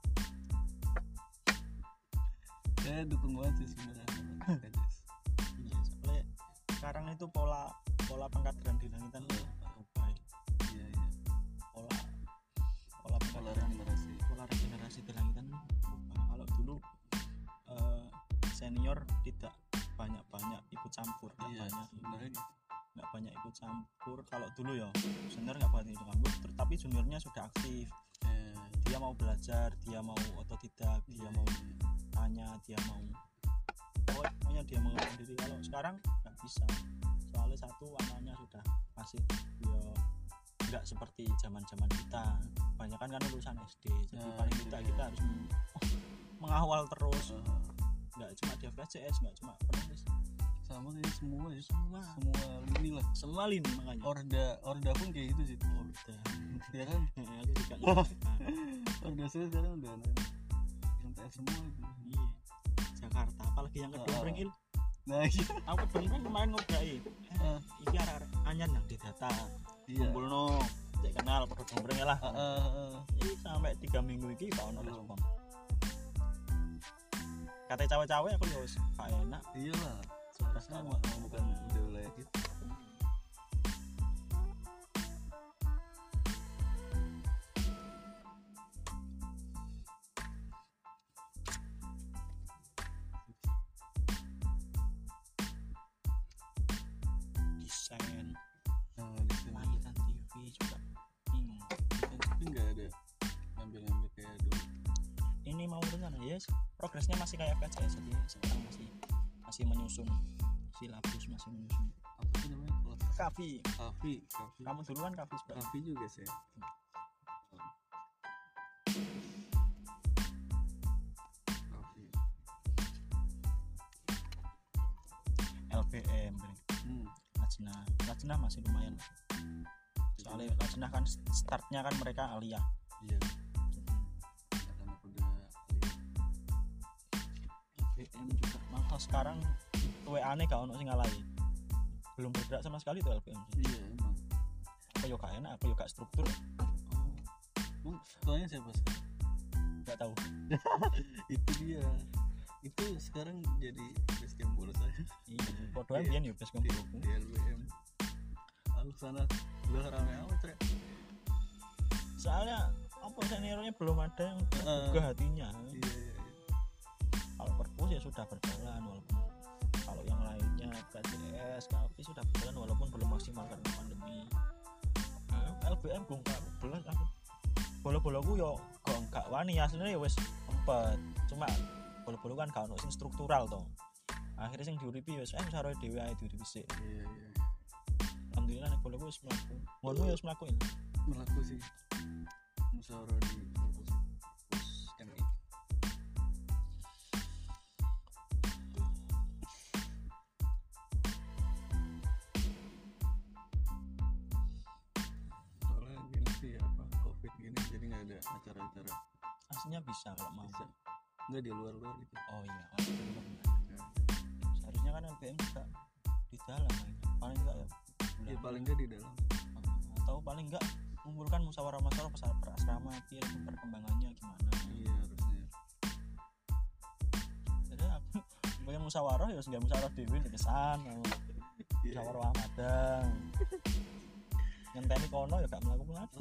Speaker 2: Saya dukung banget sih sebenarnya.
Speaker 1: Iya, soalnya sekarang itu pola pola pengkaderan di langitan tuh berubah ya.
Speaker 2: Iya, iya.
Speaker 1: Pola pola
Speaker 2: Pola
Speaker 1: pengkaderan
Speaker 2: regenerasi.
Speaker 1: pola regenerasi di langitan berubah. Kalau dulu eh, senior tidak banyak-banyak ikut campur, nggak
Speaker 2: Iya,
Speaker 1: banyak
Speaker 2: sebenarnya gitu.
Speaker 1: nggak banyak ikut campur. Kalau dulu ya senior nggak banyak ikut campur, tapi juniornya sudah aktif.
Speaker 2: Eh,
Speaker 1: Dia mau belajar, dia mau otodidak, dia mau tanya, dia mau pokoknya dia mau sendiri. Kalau sekarang nggak bisa, soalnya satu anaknya sudah masih ya nggak seperti zaman zaman kita, banyak kan kan lulusan S D, jadi
Speaker 2: Nah,
Speaker 1: paling
Speaker 2: itu
Speaker 1: kita
Speaker 2: dia.
Speaker 1: kita harus meng- mengawal terus,
Speaker 2: eh,
Speaker 1: nggak cuma di F K C S, nggak cuma penulis,
Speaker 2: sama kayak semua ya,
Speaker 1: semua
Speaker 2: semua lini lah.
Speaker 1: semua lini makanya.
Speaker 2: Orda, Orda pun kayak gitu sih.
Speaker 1: Oh, udah.
Speaker 2: Ya kan?
Speaker 1: Aku juga ngerasakan.
Speaker 2: Orda saya sekarang udah anak M T S semua gitu.
Speaker 1: Iya, Jakarta apalagi yang kedua
Speaker 2: Ah.
Speaker 1: Pringil.
Speaker 2: Nah, iya.
Speaker 1: Aku kedua kemarin ngobrol
Speaker 2: Ah,
Speaker 1: iki arek anyar nang di data
Speaker 2: iya.
Speaker 1: kumpulno cek kenal padha dombreng lah.
Speaker 2: Ah, ah, ah.
Speaker 1: Iki sampai tiga minggu iki gak ono
Speaker 2: Belum.
Speaker 1: respon. Kata cawe-cawe aku yo wis gak enak.
Speaker 2: Iyalah, seharusnya mau bukan udah wilayah kita.
Speaker 1: Desain
Speaker 2: Nah, di sini
Speaker 1: langitan T V juga bingung.
Speaker 2: kan tapi nggak ada ngambil-ngambil kayak dulu.
Speaker 1: Ini mau rencana ya yes, progresnya masih kayak F K C S, jadi sekarang masih masih menyusun silabus, masih menyusun.
Speaker 2: Apa sih namanya? Kelas
Speaker 1: Kavi,
Speaker 2: Kavi, Kavi.
Speaker 1: kamu duluan Kavi sebenarnya.
Speaker 2: Kavi juga sih. Kavi.
Speaker 1: L P M,
Speaker 2: Hmm.
Speaker 1: Lajnah, Lajnah masih lumayan lah. Soalnya Lajnah kan startnya kan mereka aliyah.
Speaker 2: Iya. Anak-anak udah lihat.
Speaker 1: L P M juga maka sekarang W A ane gak ono sing ngalahi, belum bergerak sama sekali tuh L P M.
Speaker 2: Iya emang.
Speaker 1: Apa yo gak enak, apa yo gak struktur,
Speaker 2: Oh. Emang ketuanya siapa sih?
Speaker 1: gak tahu.
Speaker 2: Itu dia. Itu sekarang jadi basecamp bola saya.
Speaker 1: Iya, podo ae
Speaker 2: Iya.
Speaker 1: biyen yo bes
Speaker 2: Di,
Speaker 1: kumpulku.
Speaker 2: di L B M. Aku sana udah rame amat Rek.
Speaker 1: Soalnya apa seniornya belum ada yang
Speaker 2: Heeh.
Speaker 1: terbuka hatinya.
Speaker 2: Iya iya iya.
Speaker 1: Kalau perpus ya sudah berjalan, walaupun kalau yang lainnya K C S, K P sudah berjalan walaupun belum maksimal karena pandemi. Nah, L B M gue nggak belas aku bola-bolaku yo kok nggak wani aslinya ya wes empat, cuma bola-bola kan gak ono sing struktural toh. Akhirnya sing diuripi wis eh saroe dhewe ae diuripi sik.
Speaker 2: Iya iya.
Speaker 1: Alhamdulillah nek bola wis mlaku. Ngono ya wis mlaku ini.
Speaker 2: Melaku sih. Musyawarah di kampus M I. Soalnya gini sih apa covid gini jadi nggak ada acara-acara
Speaker 1: Aslinya bisa kalau mau.
Speaker 2: bisa nggak di luar-luar gitu.
Speaker 1: Oh iya, oh, bener. Seharusnya kan L B M juga di dalam main. Paling enggak ya.
Speaker 2: Ya paling nggak di dalam.
Speaker 1: Atau paling enggak mengumpulkan musyawarah-musyawarah pasar asrama kira perkembangannya gimana.
Speaker 2: Iya harusnya.
Speaker 1: Jadi aku pengen musyawarah ya enggak musyawarah dhewe di kesan.
Speaker 2: Iya.
Speaker 1: Musyawarah Madang. Ngenteni kono ya gak mlaku-mlaku.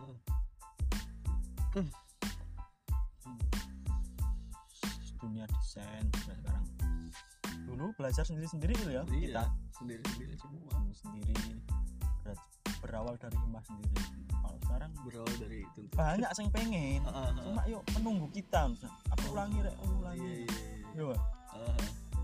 Speaker 1: Dunia desain juga sekarang. Dulu belajar sendiri-sendiri gitu ya.
Speaker 2: Iya.
Speaker 1: Kita
Speaker 2: Sendiri-sendiri semua.
Speaker 1: sendiri ber- berawal dari himah sendiri. Kalau sekarang
Speaker 2: Berawal dari tuntutan.
Speaker 1: banyak yang pengen,
Speaker 2: Ah, ah, ah.
Speaker 1: cuma yuk menunggu kita. Aku ulangi rek, aku
Speaker 2: Iya
Speaker 1: ulangi.
Speaker 2: iya iya.
Speaker 1: Yo.
Speaker 2: Ah,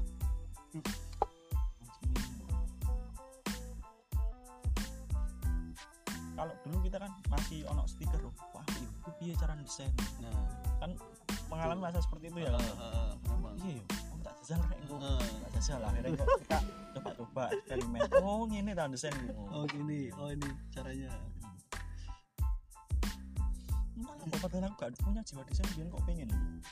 Speaker 1: Kalau dulu kita kan masih ono stiker loh. Wah, itu piye cara desain.
Speaker 2: Nah,
Speaker 1: Kan mengalami masa seperti itu ya.
Speaker 2: ah,
Speaker 1: Kan?
Speaker 2: ah, ah, memang.
Speaker 1: Iya, yo. Oh, tak jajal rek engko.
Speaker 2: Ah.
Speaker 1: Tak jajal akhirnya kok kita coba-coba eksperimen. Oh, ngene ta desain gitu.
Speaker 2: Oh gini, oh ini caranya.
Speaker 1: Enggak lah, padahal aku gak punya jiwa desain, biar kok pengen.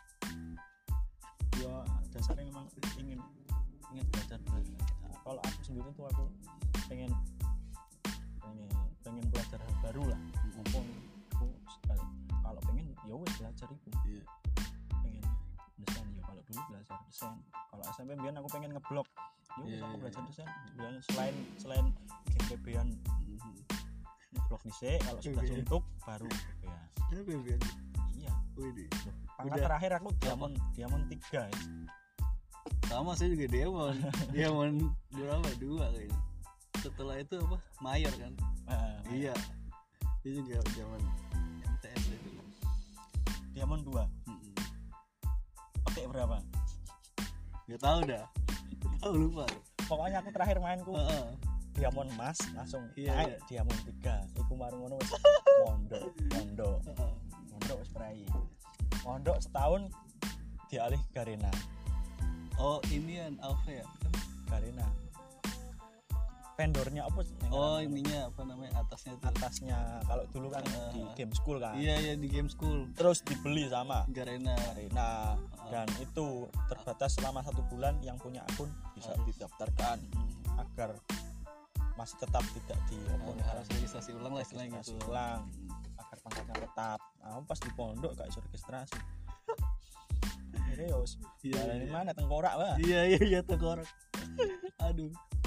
Speaker 1: Ya dasarnya memang ingin ingin belajar belajar. Nah, kalau aku sendiri tuh aku pengen pengen pengen belajar hal baru lah. Maupun aku sekali kalau pengen ya wes belajar itu.
Speaker 2: Iya.
Speaker 1: Pengen desain ya kalau dulu belajar desain. Kalau S M P biar aku pengen ngeblok. Ya wes
Speaker 2: Iya,
Speaker 1: aku
Speaker 2: iya,
Speaker 1: belajar
Speaker 2: iya.
Speaker 1: desain. Biar selain selain game P B-an
Speaker 2: Mhm.
Speaker 1: ngeblok dhisik, kalau sudah
Speaker 2: P B.
Speaker 1: suntuk baru ya.
Speaker 2: Apa ya, Bian?
Speaker 1: Iya.
Speaker 2: Wih,
Speaker 1: Loh, pangkat
Speaker 2: Udah.
Speaker 1: terakhir aku diamond diamond tiga ya.
Speaker 2: sama saya juga Demon. Demon berapa? Dua kayaknya. Setelah itu apa? Mayor kan?
Speaker 1: Nah,
Speaker 2: Iya. Itu juga zaman M T S dulu.
Speaker 1: diamond dua.
Speaker 2: Mm-mm.
Speaker 1: Petik berapa?
Speaker 2: Gak tahu dah. Gak tahu lupa.
Speaker 1: Pokoknya aku terakhir mainku
Speaker 2: Heeh.
Speaker 1: diamond emas langsung
Speaker 2: Iya,
Speaker 1: naik
Speaker 2: iya.
Speaker 1: diamond tiga. Iku marung ngono wis mondok, mondok,
Speaker 2: Heeh.
Speaker 1: mondok wis prai. Mondok setahun dialih Garena.
Speaker 2: Oh, ini kan Alfa ya?
Speaker 1: Garena. Vendornya apa sih? Yang
Speaker 2: Oh,
Speaker 1: namanya?
Speaker 2: ininya apa namanya? Atasnya tuh.
Speaker 1: Atasnya kalau dulu kan
Speaker 2: Ah.
Speaker 1: di game school kan.
Speaker 2: Iya, iya di game school.
Speaker 1: Terus dibeli sama
Speaker 2: Garena.
Speaker 1: Garena
Speaker 2: Ah.
Speaker 1: dan itu terbatas selama satu bulan, yang punya akun bisa
Speaker 2: Harus.
Speaker 1: didaftarkan
Speaker 2: Hmm.
Speaker 1: agar masih tetap tidak di apa nih,
Speaker 2: Harus registrasi ulang lah istilahnya
Speaker 1: registrasi
Speaker 2: gitu.
Speaker 1: ulang agar pangkatnya tetap. Nah, pas di pondok gak iso registrasi. Akhirnya ya wis
Speaker 2: Iya,
Speaker 1: baleni
Speaker 2: iya.
Speaker 1: mana tengkorak wah.
Speaker 2: Iya, iya, iya tengkorak. Aduh.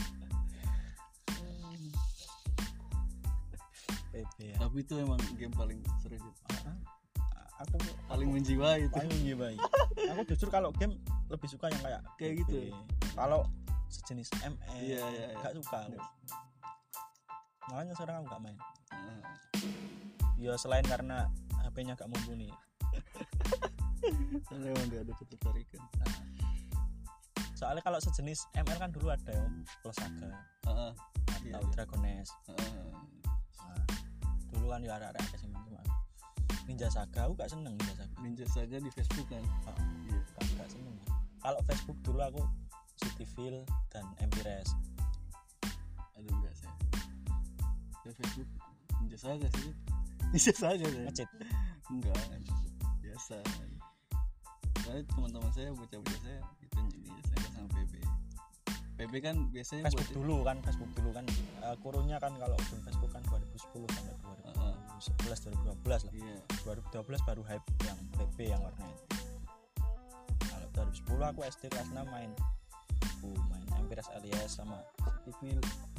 Speaker 1: P B ya.
Speaker 2: Tapi itu emang game paling seru gitu.
Speaker 1: Ah, Aku
Speaker 2: Paling menjiwai itu.
Speaker 1: paling menjiwai. Aku justru kalau game lebih suka yang kayak
Speaker 2: Kayak
Speaker 1: P B.
Speaker 2: gitu.
Speaker 1: Kalau sejenis M L
Speaker 2: Iya, iya, iya.
Speaker 1: gak suka aku. Makanya sekarang aku gak main.
Speaker 2: Heeh.
Speaker 1: Ya selain karena H P-nya gak mumpuni.
Speaker 2: Karena emang gak ada ketertarikan.
Speaker 1: Soalnya kalau sejenis M L kan dulu ada ya Plus Saga
Speaker 2: Heeh. Iya,
Speaker 1: atau
Speaker 2: iya.
Speaker 1: Dragon Nest.
Speaker 2: Heeh.
Speaker 1: Nah, dulu kan ya ada-ada kesini cuma Ninja Saga aku gak seneng Ninja Saga.
Speaker 2: Ninja Saga di Facebook kan.
Speaker 1: Oh,
Speaker 2: Iya.
Speaker 1: gak, gak seneng. Kalau Facebook dulu aku Cityville dan Empires.
Speaker 2: Aduh enggak saya. Di Facebook Ninja Saga sih. Ninja Saga kan.
Speaker 1: Ngecit.
Speaker 2: Enggak. Biasa. Soalnya teman-teman saya bocah-bocah saya itu Ninja Saga sama P B. P B kan biasanya
Speaker 1: Facebook
Speaker 2: buat
Speaker 1: dulu kan, Facebook dulu kan uh, kurunnya kan kalau game Facebook kan dua ribu sepuluh sampai dua ribu sebelas dua ribu dua belas lah.
Speaker 2: Iya.
Speaker 1: dua ribu dua belas baru hype yang P B yang warna itu. Kalau dua ribu sepuluh aku S D kelas enam main aku main Empires Alias sama Cityville.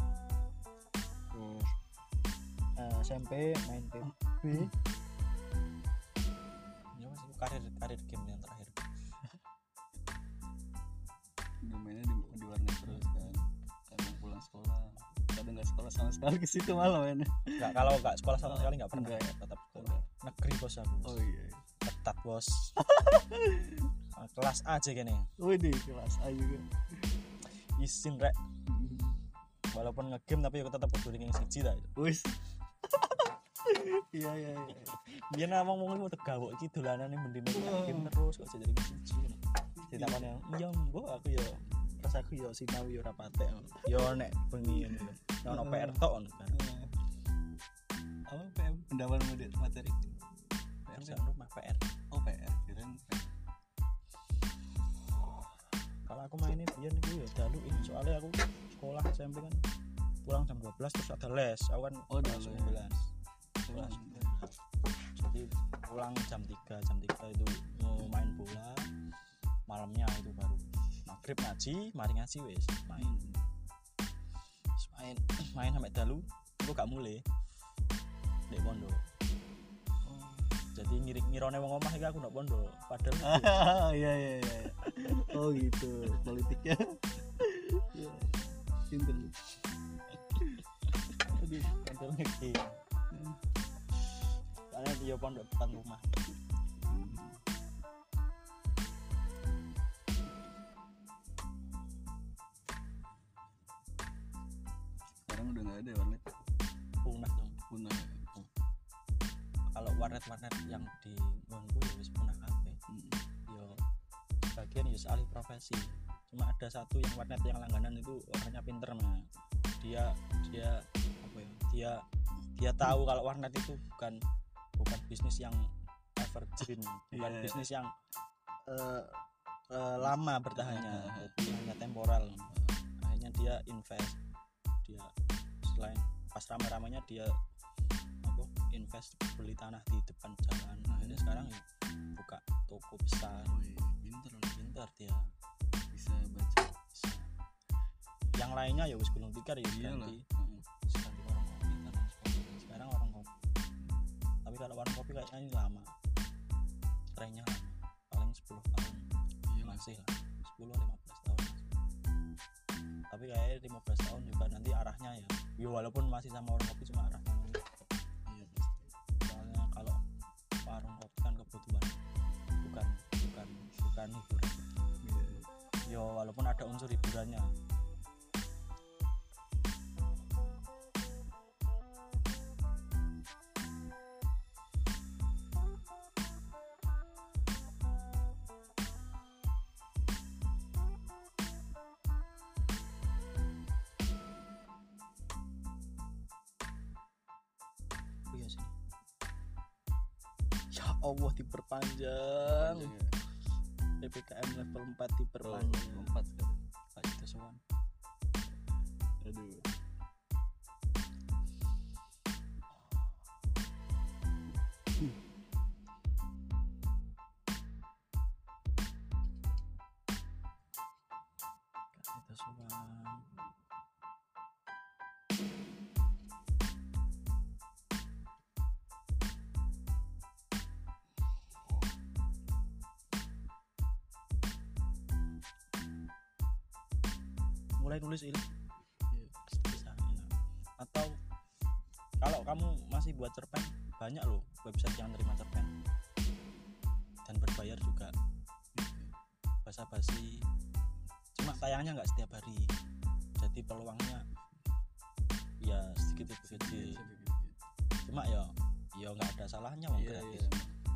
Speaker 1: Terus uh, S M P main P B. Ya masih karir karir game yang terakhir.
Speaker 2: Kalau ke situ malah mainnya.
Speaker 1: Enggak, kalau enggak sekolah sama sekali enggak pernah.
Speaker 2: Enggak ya?
Speaker 1: Tetap sekolah. Negeri bos aku.
Speaker 2: Oh iya. iya.
Speaker 1: Ketat bos. Kelas A aja kene.
Speaker 2: Wih di kelas A juga.
Speaker 1: Isin rek. Walaupun nge-game tapi aku tetap kudu ranking siji ta.
Speaker 2: Wis. Iya iya iya.
Speaker 1: Biyen ngomong ngomong mau tegawok iki dolanane mendine game terus kok jadi ranking siji. Ditakoni, "Iya, Mbok, aku ya pas aku ya sinau ya ora patek." Yo nek bengi ngono. Ono P R tok ngono kan.
Speaker 2: Apa P M pendapat materi?
Speaker 1: P R sak rumah P R.
Speaker 2: Oh P R kirain P R.
Speaker 1: Kalau aku main ini biar nih ya dalu ini soalnya aku sekolah S M P kan pulang jam dua belas terus ada les. Aku kan
Speaker 2: Oh, ada
Speaker 1: kelas
Speaker 2: les.
Speaker 1: sembilan. Kelas sembilan. Jadi pulang jam tiga, jam tiga itu mau main bola. Malamnya itu baru maghrib ngaji, mari ngaji wes main. Terus main main sampai dalu, aku gak mulai. Dek pondok. Jadi ngirik-ngirone wong omah iki aku ndak pondok. Padahal
Speaker 2: Ah, iya iya iya. Oh gitu politiknya. Iya. Pinter.
Speaker 1: Aduh, padahal iki. Soalnya dia pondok depan rumah.
Speaker 2: Sekarang udah nggak ada warnet.
Speaker 1: Punah dong.
Speaker 2: Punah.
Speaker 1: Kalau warnet-warnet yang di nggonku ya wis punah kabeh.
Speaker 2: Hmm.
Speaker 1: Yo bagian ya alih profesi. Cuma ada satu yang warnet yang langganan itu orangnya pinter mah. Dia dia apa ya? Dia dia tahu kalau warnet itu bukan bukan bisnis yang evergreen, bukan
Speaker 2: Yeah.
Speaker 1: bisnis yang uh, uh, lama bertahannya, jadi hanya temporal. Akhirnya dia invest, dia selain pas rame-ramenya dia apa invest beli tanah di depan jalan. Akhirnya sekarang ya buka toko besar.
Speaker 2: Wih, pinter loh.
Speaker 1: Pintar dia.
Speaker 2: Bisa baca.
Speaker 1: Bisa. Yang lainnya ya wis gulung tikar ya
Speaker 2: Iyalah.
Speaker 1: ganti. Wis ganti warung kopi dan lain sebagainya. Sekarang warung kopi. Tapi kalau warung kopi kayaknya ini lama. Trennya lama. Paling sepuluh tahun
Speaker 2: Iya
Speaker 1: masih lah. sepuluh lima belas tahun masih. Tapi kayaknya lima belas tahun juga nanti arahnya ya. Ya walaupun masih sama warung kopi cuma arahnya ini.
Speaker 2: Iya pasti.
Speaker 1: Soalnya kalau warung kopi kan kebutuhan bukan bukan bukan hiburan.
Speaker 2: Iya.
Speaker 1: Ya walaupun ada unsur hiburannya. Oh iya sini. Ya Allah diperpanjang. P P K M level empat diperpanjang.
Speaker 2: Empat sekarang.
Speaker 1: Kayak gitu sowan.
Speaker 2: Aduh.
Speaker 1: Kayak gitu sowan. Mulai nulis ini bisa enak. Atau kalau kamu masih buat cerpen, banyak loh website yang terima cerpen dan berbayar juga. Basa-basi, cuma tayangnya nggak setiap hari, jadi peluangnya ya sedikit lebih kecil. Cuma ya ya nggak ada salahnya wong
Speaker 2: Iya,
Speaker 1: gratis.
Speaker 2: iya.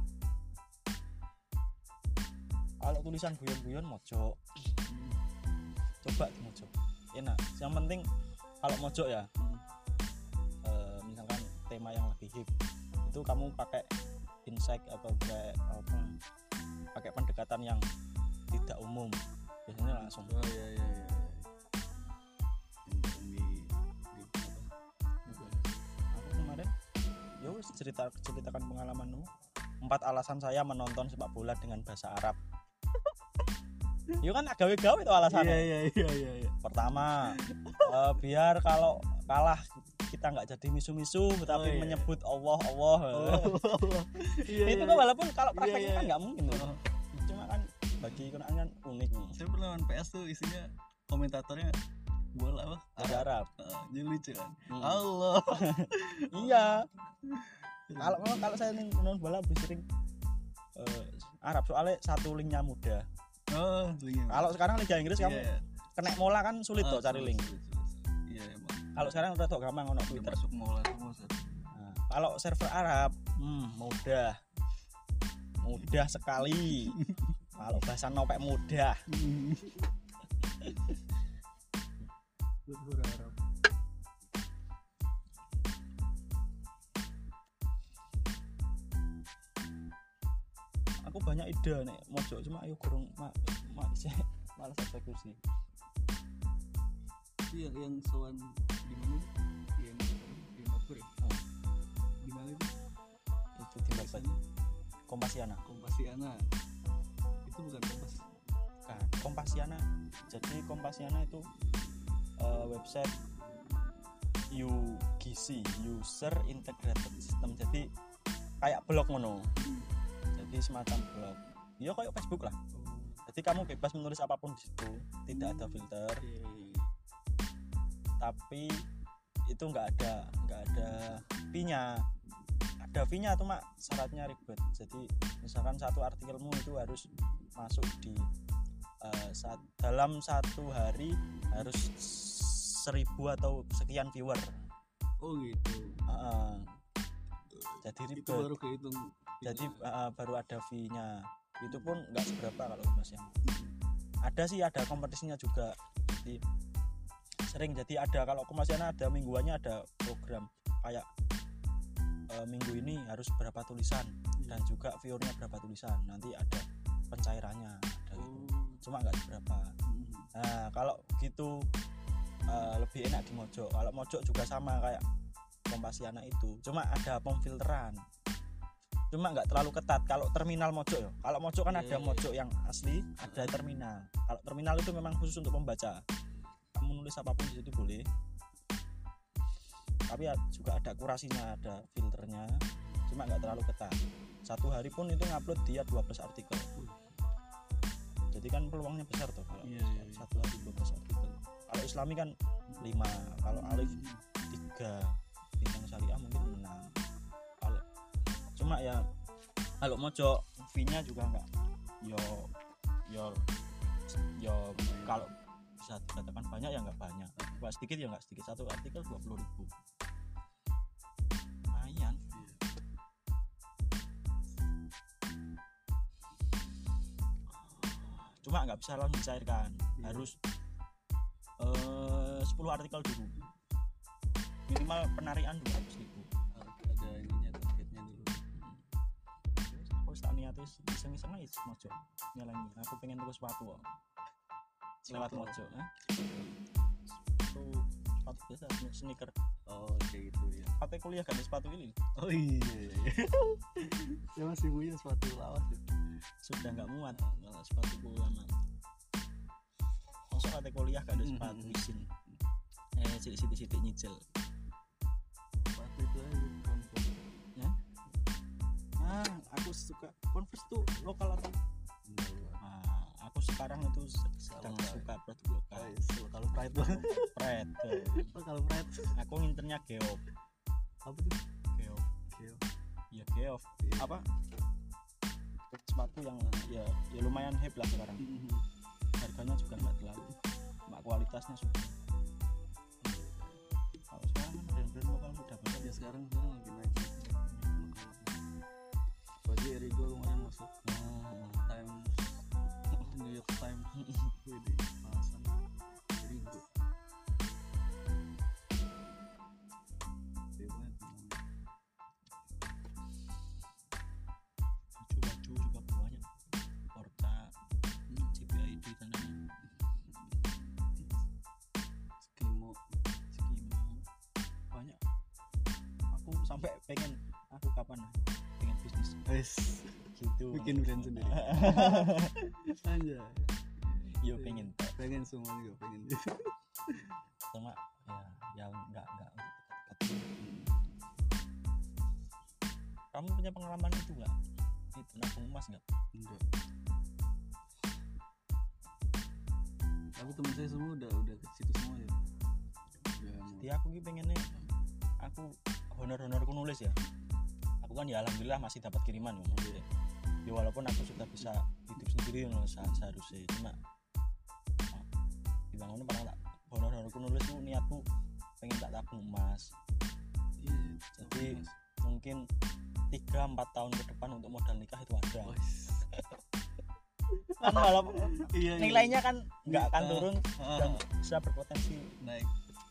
Speaker 1: Kalau tulisan guyon-guyon mojok, coba di mojok enak. Yang penting kalau mojok ya eh, misalkan tema yang lebih hip itu kamu pakai insight atau pakai apa pakai pendekatan yang tidak umum, biasanya langsung.
Speaker 2: Oh iya iya iya. Yang di di apa?
Speaker 1: Aku kemarin ya wis cerita ceritakan pengalamanmu, empat alasan saya menonton sepak bola dengan bahasa Arab. Yo kan gawe-gawe itu alasannya.
Speaker 2: Iya iya iya iya iya.
Speaker 1: Pertama, eh, biar kalau kalah kita nggak jadi misu-misu, tapi
Speaker 2: iya.
Speaker 1: menyebut Allah Allah.
Speaker 2: Oh, iya,
Speaker 1: Itu
Speaker 2: iya.
Speaker 1: kan walaupun kalau
Speaker 2: Iya,
Speaker 1: prakteknya
Speaker 2: iya.
Speaker 1: kan nggak mungkin.
Speaker 2: Oh.
Speaker 1: Cuma kan bagi Quran kan unik nih.
Speaker 2: Saya pernah main P S tuh isinya komentatornya bola apa
Speaker 1: Liga Arab.
Speaker 2: Ah, jadi lucu kan
Speaker 1: Hmm.
Speaker 2: Allah
Speaker 1: Iya. Kalau memang kalau saya nih nonton bola lebih sering eh, Arab soalnya satu linknya mudah.
Speaker 2: oh iya
Speaker 1: Kalau sekarang Liga Inggris kamu
Speaker 2: Iya.
Speaker 1: kena mola kan sulit
Speaker 2: Ah,
Speaker 1: tuh cari
Speaker 2: sulit,
Speaker 1: link.
Speaker 2: sulit, sulit. Iya emang
Speaker 1: Kalau sekarang udah tuh gampang ono
Speaker 2: udah
Speaker 1: Twitter.
Speaker 2: masuk mola semua Sat.
Speaker 1: Nah, kalau server Arab, hmm, mudah, mudah sekali. Kalau bahasa nopek mudah.
Speaker 2: Server Arab
Speaker 1: Aku banyak ide nih, mojo cuma ayo kurang mak mak isih malas eksekusi.
Speaker 2: itu yang yang soan di mana sih? Yang di Singapura ya?
Speaker 1: Oh,
Speaker 2: Di mana itu?
Speaker 1: itu di website Kompasiana.
Speaker 2: Kompasiana. Itu bukan Kompas.
Speaker 1: Kan, Kompasiana. Jadi Kompasiana itu eh, website U G C, User Integrated System. Jadi kayak blog ngono. Jadi semacam blog. Ya kayak Facebook lah. Jadi kamu bebas menulis apapun di situ, tidak ada filter. Tapi itu nggak ada nggak ada fee-nya. Ada fee-nya tuh mak syaratnya ribet. Jadi misalkan satu artikelmu itu harus masuk di uh, saat, dalam satu hari harus seribu atau sekian viewer.
Speaker 2: Oh gitu.
Speaker 1: Uh, jadi ribet.
Speaker 2: Itu baru kehitung.
Speaker 1: Jadi uh, baru ada fee-nya. Itu pun nggak seberapa kalau mas yang. Ada sih ada kompetisinya juga. Jadi sering jadi ada kalau Kompasiana ada mingguannya ada program kayak e, minggu ini harus berapa tulisan dan juga viewernya berapa tulisan, nanti ada pencairannya ada gitu. Cuma nggak seberapa. Nah kalau gitu e, lebih enak di Mojok. Kalau Mojok juga sama kayak Kompasiana itu, cuma ada pemfilteran, cuma nggak terlalu ketat. Kalau terminal Mojok ya, kalau Mojok kan ada Mojok yang asli, ada terminal. Kalau terminal itu memang khusus untuk pembaca, kamu nulis apapun di situ boleh, tapi ya juga ada kurasinya, ada filternya, cuma nggak terlalu ketat. Satu hari pun itu ngupload dia dua belas artikel, jadi kan peluangnya besar tuh kalau
Speaker 2: Iya, iya, iya.
Speaker 1: satu hari dua belas artikel. Kalau Islami kan lima, kalau Alif tiga, bintang syariah mungkin enam. Kalau cuma ya kalau Mojok fee-nya juga nggak yo yo yo kalau bisa dikatakan banyak ya nggak banyak, nggak sedikit ya nggak sedikit. Satu artikel dua puluh ribu, lumayan. Cuma nggak bisa langsung dicairkan, harus eh, sepuluh artikel dulu, minimal penarikan dua ratus ribu.
Speaker 2: Ada ininya targetnya dulu.
Speaker 1: Aku tak niat wis iseng-iseng aja Mojok nyelengi. Aku pengen tuku sepatu kok. Lewat Mojok, eh. Sepatu sepatu biasa sneaker.
Speaker 2: Oh kayak gitu ya.
Speaker 1: Sepatu kuliah gak ada sepatu ini.
Speaker 2: Oh iya. Saya masih punya sepatu lawas ya.
Speaker 1: Sudah nggak muat kalau sepatu lama. Masuk kate kuliah gak ada sepatu isin. Eh sidik-sidik nyicil.
Speaker 2: Sepatu itu aja Converse.
Speaker 1: Ya. Ah, aku suka Converse tuh lokal atau ah, aku sekarang itu sedang
Speaker 2: Lokal.
Speaker 1: suka produk lokal.
Speaker 2: Kalau Pride banget.
Speaker 1: Pret.
Speaker 2: Oh kalau Pride.
Speaker 1: Aku nginternya Geof.
Speaker 2: Apa tuh?
Speaker 1: Geof.
Speaker 2: Geo.
Speaker 1: Ya Geof. Apa? Sepatu yang ya ya lumayan hype lah sekarang. Harganya juga nggak terlalu, mak kualitasnya sudah. Kalau sekarang kan brand-brand lokal sudah banyak
Speaker 2: Ya
Speaker 1: ya.
Speaker 2: sekarang sekarang lagi naik. Baju Erigo lumayan masuk. Times New York Times. Wih deh, alasan Erigo. Gede banget namanya.
Speaker 1: Baju-baju juga banyak. Porta, C B I D dan lain-lain.
Speaker 2: Skimo.
Speaker 1: Skimo banyak. Aku sampai pengen aku kapan pengen bisnis
Speaker 2: Wes,
Speaker 1: gitu.
Speaker 2: bikin brand sendiri. Anjay.
Speaker 1: Yo pengen
Speaker 2: Pengen semua juga pengen.
Speaker 1: cuma ya ya enggak enggak untuk dekat-dekat. Kamu punya pengalaman itu enggak? Itu nabung emas enggak?
Speaker 2: Enggak. Tapi teman saya semua udah udah ke situ semua ya. Udah mau-
Speaker 1: Jadi aku ki pengennya aku honor-honorku nulis ya. Aku kan ya alhamdulillah masih dapat kiriman ya. Maksudnya. Ya walaupun aku sudah bisa hidup sendiri ya, seharusnya cuma oh, dibangun pernah tak honor-honorku nulis tuh niatku pengen tak tabung emas.
Speaker 2: Iya,
Speaker 1: Jadi
Speaker 2: Mas.
Speaker 1: mungkin tiga empat tahun ke depan untuk modal nikah itu ada.
Speaker 2: Wes.
Speaker 1: Kan walaupun
Speaker 2: Iya, iya.
Speaker 1: nilainya kan nggak akan
Speaker 2: Ah,
Speaker 1: turun
Speaker 2: ah,
Speaker 1: dan bisa berpotensi
Speaker 2: naik.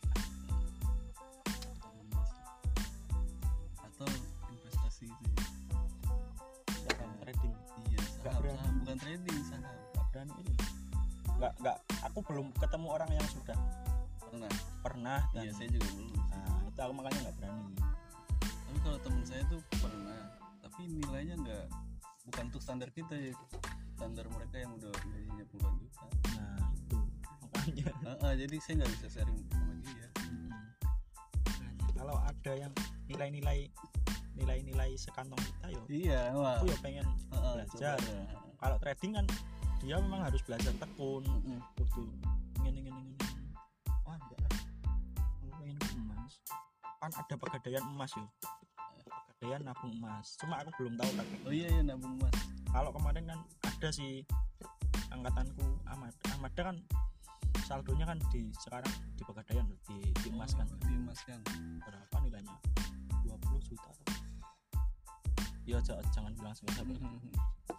Speaker 2: Atau investasi itu ya.
Speaker 1: siapa yang trading.
Speaker 2: Iya,
Speaker 1: Nggak
Speaker 2: saham,
Speaker 1: berani.
Speaker 2: saham bukan trading, saham.
Speaker 1: Nggak berani ini. Nggak nggak. Aku belum ketemu orang yang sudah
Speaker 2: Pernah.
Speaker 1: pernah dan
Speaker 2: Iya, saya juga belum.
Speaker 1: nah itu aku makanya nggak berani.
Speaker 2: Tapi kalau teman saya tuh pernah, tapi nilainya nggak bukan untuk standar kita ya, standar mereka yang udah gajinya puluhan juta.
Speaker 1: Nah itu makanya.
Speaker 2: Ah, ah, jadi saya nggak bisa sharing sama dia.
Speaker 1: Hmm. Kalau ada yang nilai-nilai nilai-nilai sekantong kita yo,
Speaker 2: Iya, wah.
Speaker 1: aku yo pengen
Speaker 2: Ah, ah,
Speaker 1: belajar.
Speaker 2: coba ada.
Speaker 1: Kalau trading kan dia memang harus belajar tekun,
Speaker 2: Mm-mm.
Speaker 1: kudu ingin ingin ingin wah enggak lah aku pengen ke emas kan ada pegadaian emas yo, pegadaian nabung emas, cuma aku belum tahu prakteknya.
Speaker 2: Oh iya ya, nabung emas.
Speaker 1: Kalau kemarin kan ada si angkatanku Ahmad Ahmad kan saldonya kan di sekarang di pegadaian di, di emas kan
Speaker 2: Oh, di emas kan.
Speaker 1: berapa nilainya dua puluh juta ya jangan, jangan bilang sebesar
Speaker 2: Mm-mm.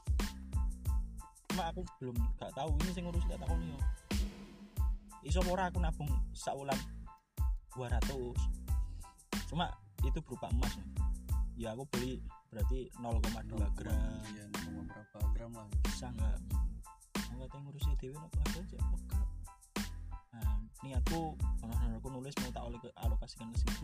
Speaker 1: cuma aku belum gak tahu ini sing ngurus tak tahu nih yo iso ora aku nabung sak wulan dua ratus cuma itu berupa emas yo. Ya aku beli berarti nol koma dua gram
Speaker 2: Iya, nol koma berapa gram lah.
Speaker 1: bisa nggak nggak tahu ngurusnya dewi apa ada aja peka. Nah niatku honor aku nulis mau tak oleh ke alokasikan ke situ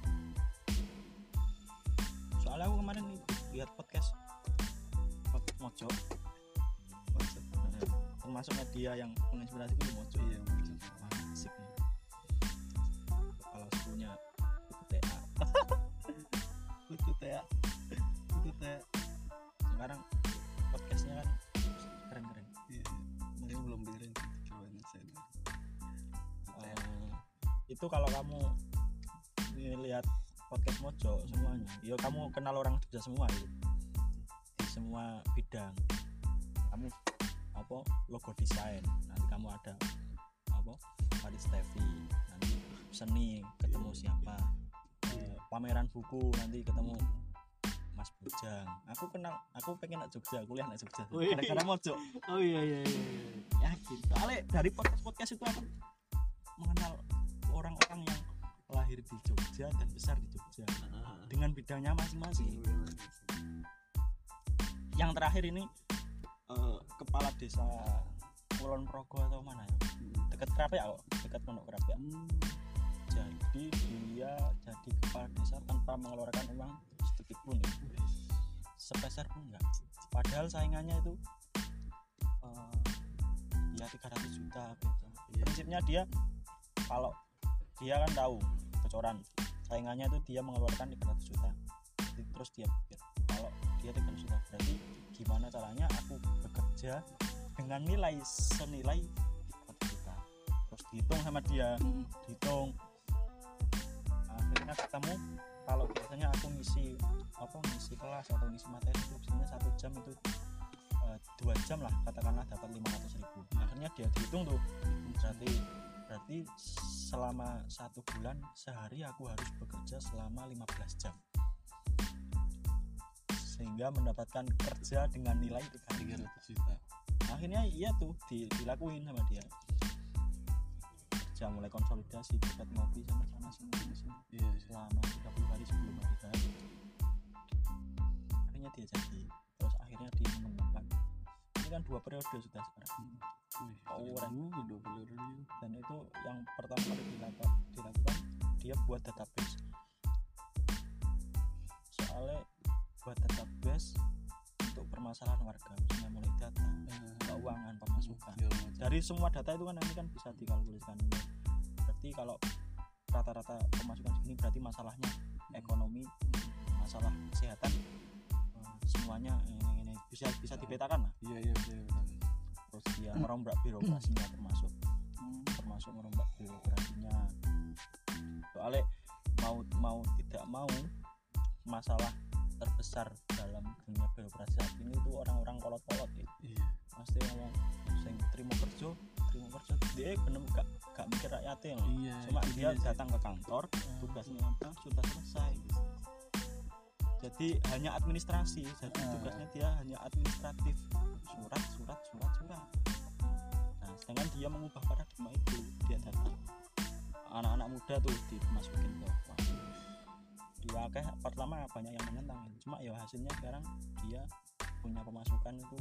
Speaker 1: soalnya aku kemarin nih lihat podcast podcast Mojo
Speaker 2: Konsep.
Speaker 1: termasuk media yang menginspirasi itu Mojo.
Speaker 2: Iya, konsep.
Speaker 1: Wah, asik nih kalau sukunya itu T A
Speaker 2: Itu ya. Itu ya.
Speaker 1: sekarang podcastnya kan keren-keren.
Speaker 2: Iya. Saya belum dengerin. Coba nih saya. dengerin.
Speaker 1: Eh, itu kalau kamu lihat podcast Mojo semuanya ya kamu kenal orang Jogja semua itu di semua bidang kamu apa logo desain nanti kamu ada apa Farid Stevi nanti seni ketemu siapa eh, pameran buku nanti ketemu Mas Bujang aku kenal aku pengen nak Jogja kuliah nak Jogja
Speaker 2: Oh, iya.
Speaker 1: gara-gara Mojo
Speaker 2: Oh iya iya iya.
Speaker 1: yakin soalnya dari podcast podcast itu aku mengenal orang-orang yang lahir di Jogja dan besar di Jogja dengan bidangnya masing-masing. Yang terakhir ini eh, kepala desa Kulon Progo atau mana ya? Dekat Krapek kok, dekat Pondok Krapek. Jadi dia jadi kepala desa tanpa mengeluarkan uang sedikit pun ya. Sepeser pun enggak. Padahal saingannya itu eh, ya tiga ratus juta gitu. Prinsipnya dia kalau dia kan tahu bocoran saingannya itu dia mengeluarkan tiga ratus juta. Jadi, terus dia pikir kalau dia tiga ratus juta berarti gimana caranya aku bekerja dengan nilai senilai tiga ratus juta. Terus dihitung sama dia, dihitung akhirnya ketemu kalau biasanya aku ngisi apa ngisi kelas atau ngisi materi itu biasanya satu jam itu eh, dua jam lah katakanlah dapat lima ratus ribu. Akhirnya dia dihitung tuh berarti berarti selama satu bulan sehari aku harus bekerja selama lima belas jam sehingga mendapatkan kerja dengan nilai tiga ratus juta. Akhirnya iya tuh di, dilakuin sama dia kerja mulai konsolidasi dekat ngopi sama sana sini sini
Speaker 2: Iya, iya.
Speaker 1: selama tiga puluh hari sebelum hari hari akhirnya dia jadi terus akhirnya dia menemukan ini kan dua periode sudah sekarang.
Speaker 2: Wih,
Speaker 1: Oh,
Speaker 2: keren juga dua puluh ribu.
Speaker 1: Dan itu yang pertama kali dilakukan, dilakukan dia buat database soalnya buat database untuk permasalahan warga misalnya mulai data keuangan pemasukan dari semua data itu kan nanti kan bisa dikalkulasikan berarti kalau rata-rata pemasukan segini berarti masalahnya ekonomi masalah kesehatan eh, semuanya ini, ini bisa bisa dipetakan lah
Speaker 2: Iya iya iya.
Speaker 1: terus dia merombak birokrasinya termasuk termasuk merombak birokrasinya. Soalnya mau mau tidak mau masalah terbesar dalam dunia birokrasi saat ini itu orang-orang kolot-kolot ya.
Speaker 2: Iya.
Speaker 1: Pasti ngomong sing terima kerja, terima kerja dia bener gak gak mikir rakyatnya loh.
Speaker 2: Iya,
Speaker 1: Cuma
Speaker 2: itu
Speaker 1: dia
Speaker 2: dia sih.
Speaker 1: datang ke kantor, tugasnya apa sudah selesai. Jadi hanya administrasi, jadi
Speaker 2: Ah.
Speaker 1: tugasnya dia hanya administratif, surat, surat, surat, surat. Nah, sedangkan dia mengubah paradigma itu, dia datang anak-anak muda tuh dimasukin ke wah, dia kayak pertama banyak yang menentang, cuma ya hasilnya sekarang dia punya pemasukan itu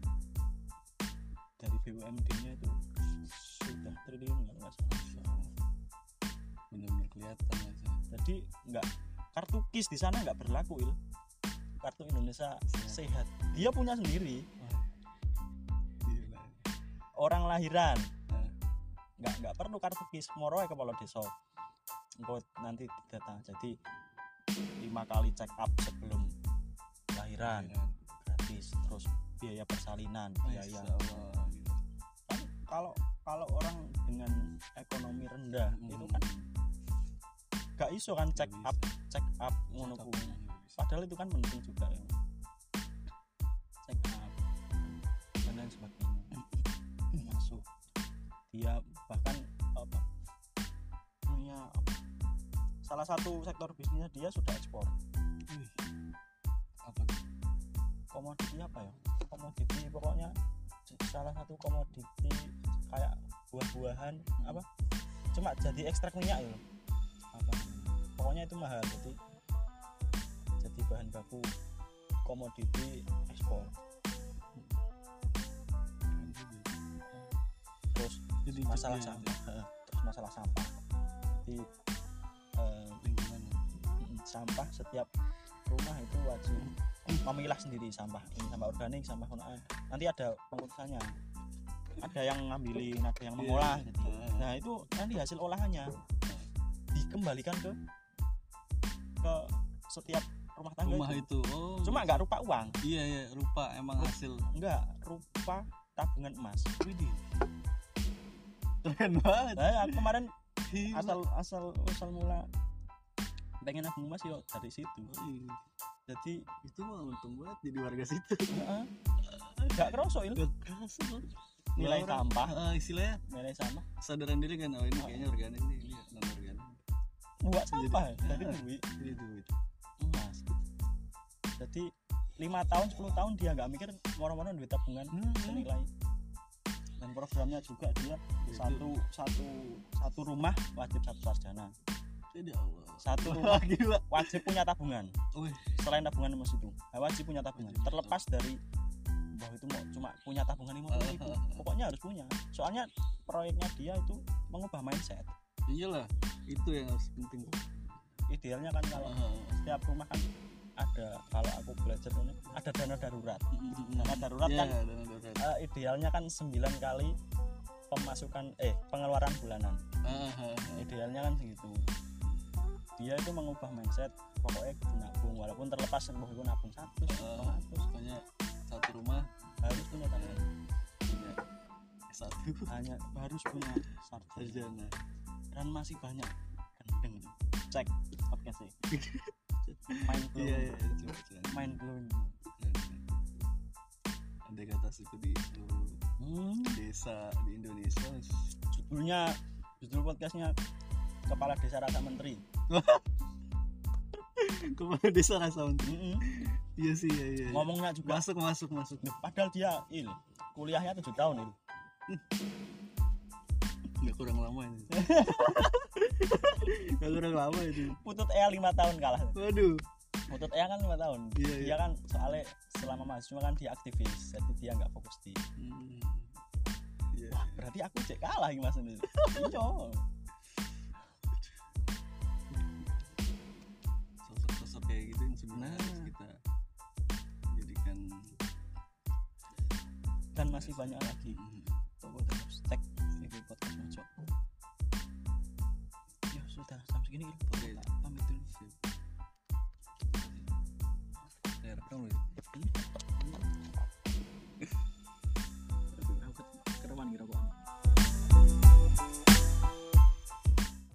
Speaker 1: dari B U M D-nya itu sudah triliun kalau nggak salah.
Speaker 2: Benar-benar kelihatan aja.
Speaker 1: Jadi nggak kartu KIS di sana nggak berlaku il, kartu Indonesia Sehat dia punya sendiri,
Speaker 2: Gila.
Speaker 1: orang lahiran
Speaker 2: Nah,
Speaker 1: nggak nggak perlu kartu KIS, moro ya kepala desa engkau nanti didata. Jadi lima kali check up sebelum lahiran gratis, terus biaya persalinan, biaya
Speaker 2: Masya Allah, gitu.
Speaker 1: kan kalau kalau orang dengan ekonomi rendah
Speaker 2: Hmm.
Speaker 1: itu kan gak iso kan check
Speaker 2: Nggak
Speaker 1: up check up ngono
Speaker 2: Check up,
Speaker 1: kuwi.
Speaker 2: nggak bisa.
Speaker 1: Padahal itu kan penting juga ya, check up dan lain sebagainya. Masuk dia bahkan apa punya apa, salah satu sektor bisnisnya dia sudah ekspor
Speaker 2: Wih. Apa tuh?
Speaker 1: komoditi apa ya, komoditi pokoknya salah satu komoditi kayak buah-buahan apa, cuma jadi ekstrak minyak ya apa, pokoknya itu mahal, jadi jadi bahan baku komoditi ekspor. Terus
Speaker 2: Jadi
Speaker 1: masalah
Speaker 2: juga
Speaker 1: sampah, heeh, terus masalah sampah, jadi eh,
Speaker 2: lingkungan.
Speaker 1: sampah setiap rumah itu wajib memilah sendiri sampah, ini sampah organik, sampah penggunaan, nanti ada pengurusannya, ada yang ngambilin, ada yang mengolah
Speaker 2: Iya.
Speaker 1: gitu. Nah itu nanti hasil olahannya dikembalikan ke ke setiap rumah tangga
Speaker 2: Rumah
Speaker 1: itu.
Speaker 2: itu. Oh.
Speaker 1: Cuma nggak rupa uang,
Speaker 2: Iya iya, rupa emang hasil.
Speaker 1: nggak rupa tabungan emas.
Speaker 2: Widih. Keren banget.
Speaker 1: Nah, aku kemarin
Speaker 2: Gila.
Speaker 1: asal asal asal mula pengen nabung emas yuk dari situ.
Speaker 2: Wih,
Speaker 1: Jadi
Speaker 2: itu mah untung banget jadi warga situ.
Speaker 1: heeh, nggak kerasa il
Speaker 2: Gak kerasa loh.
Speaker 1: nilai
Speaker 2: Orang-
Speaker 1: sampah,
Speaker 2: Eh, istilahnya
Speaker 1: nilai sampah
Speaker 2: kesadaran diri kan, oh ini kayaknya organik nih, ini non organik.
Speaker 1: buat sampah
Speaker 2: Jadi-
Speaker 1: dari duit
Speaker 2: Ini duit.
Speaker 1: emas. Jadi lima tahun sepuluh tahun dia nggak mikir moro-moro duit tabungan
Speaker 2: Hmm.
Speaker 1: senilai. Dan programnya juga dia
Speaker 2: Itu.
Speaker 1: satu satu satu rumah wajib satu sarjana,
Speaker 2: Jadi Allah.
Speaker 1: satu
Speaker 2: Wah,
Speaker 1: rumah
Speaker 2: gila.
Speaker 1: wajib punya tabungan.
Speaker 2: Wih,
Speaker 1: Selain tabungan emas itu wajib punya tabungan,
Speaker 2: Wajib.
Speaker 1: terlepas dari bahwa itu mau cuma punya tabungan lima puluh ribu, pokoknya harus punya. Soalnya proyeknya dia itu mengubah mindset.
Speaker 2: iyalah, itu yang harus penting.
Speaker 1: Idealnya kan kalau
Speaker 2: Ah,
Speaker 1: setiap rumah kan ada, kalau aku belajar ini ada dana darurat.
Speaker 2: mm,
Speaker 1: Dana darurat
Speaker 2: iya,
Speaker 1: kan
Speaker 2: dana darurat.
Speaker 1: eh, idealnya kan sembilan kali pemasukan eh pengeluaran bulanan.
Speaker 2: Ah, ah, ah.
Speaker 1: Idealnya kan segitu. Dia itu mengubah mindset, pokoknya kudu nabung, walaupun terlepas mau itu nabung satu,
Speaker 2: Ah, pokoknya satu rumah
Speaker 1: harus punya tabungan.
Speaker 2: punya satu
Speaker 1: Hanya harus punya sarjana.
Speaker 2: sarjana.
Speaker 1: Dan masih banyak gendeng itu. Cek podcast sih. Mind
Speaker 2: Iya
Speaker 1: blowing.
Speaker 2: iya, coba coba.
Speaker 1: Mind blowing.
Speaker 2: Ada kata suku di seluruh
Speaker 1: Hmm,
Speaker 2: desa di Indonesia.
Speaker 1: judulnya judul podcastnya Kepala Desa Rasa Menteri.
Speaker 2: Kepala desa rasa untuk.
Speaker 1: Mm-mm.
Speaker 2: Iya sih, iya iya.
Speaker 1: Ngomongnya juga
Speaker 2: Masuk masuk masuk.
Speaker 1: padahal dia ini kuliahnya tujuh tahun itu.
Speaker 2: Nggak kurang lama ini. Nggak kurang lama itu.
Speaker 1: Putut E A lima tahun kalah.
Speaker 2: Waduh.
Speaker 1: Putut E A kan lima tahun.
Speaker 2: Iya,
Speaker 1: Dia
Speaker 2: iya.
Speaker 1: kan soalnya selama mahasiswa kan dia aktivis, jadi dia nggak fokus di.
Speaker 2: Hmm. Iya.
Speaker 1: Wah, berarti aku cek kalah iki Mas ini. Iya.
Speaker 2: Sosok-sosok kayak gitu yang sebenarnya
Speaker 1: Nah.
Speaker 2: harus kita jadikan.
Speaker 1: Dan masih banyak lagi.
Speaker 2: Hmm.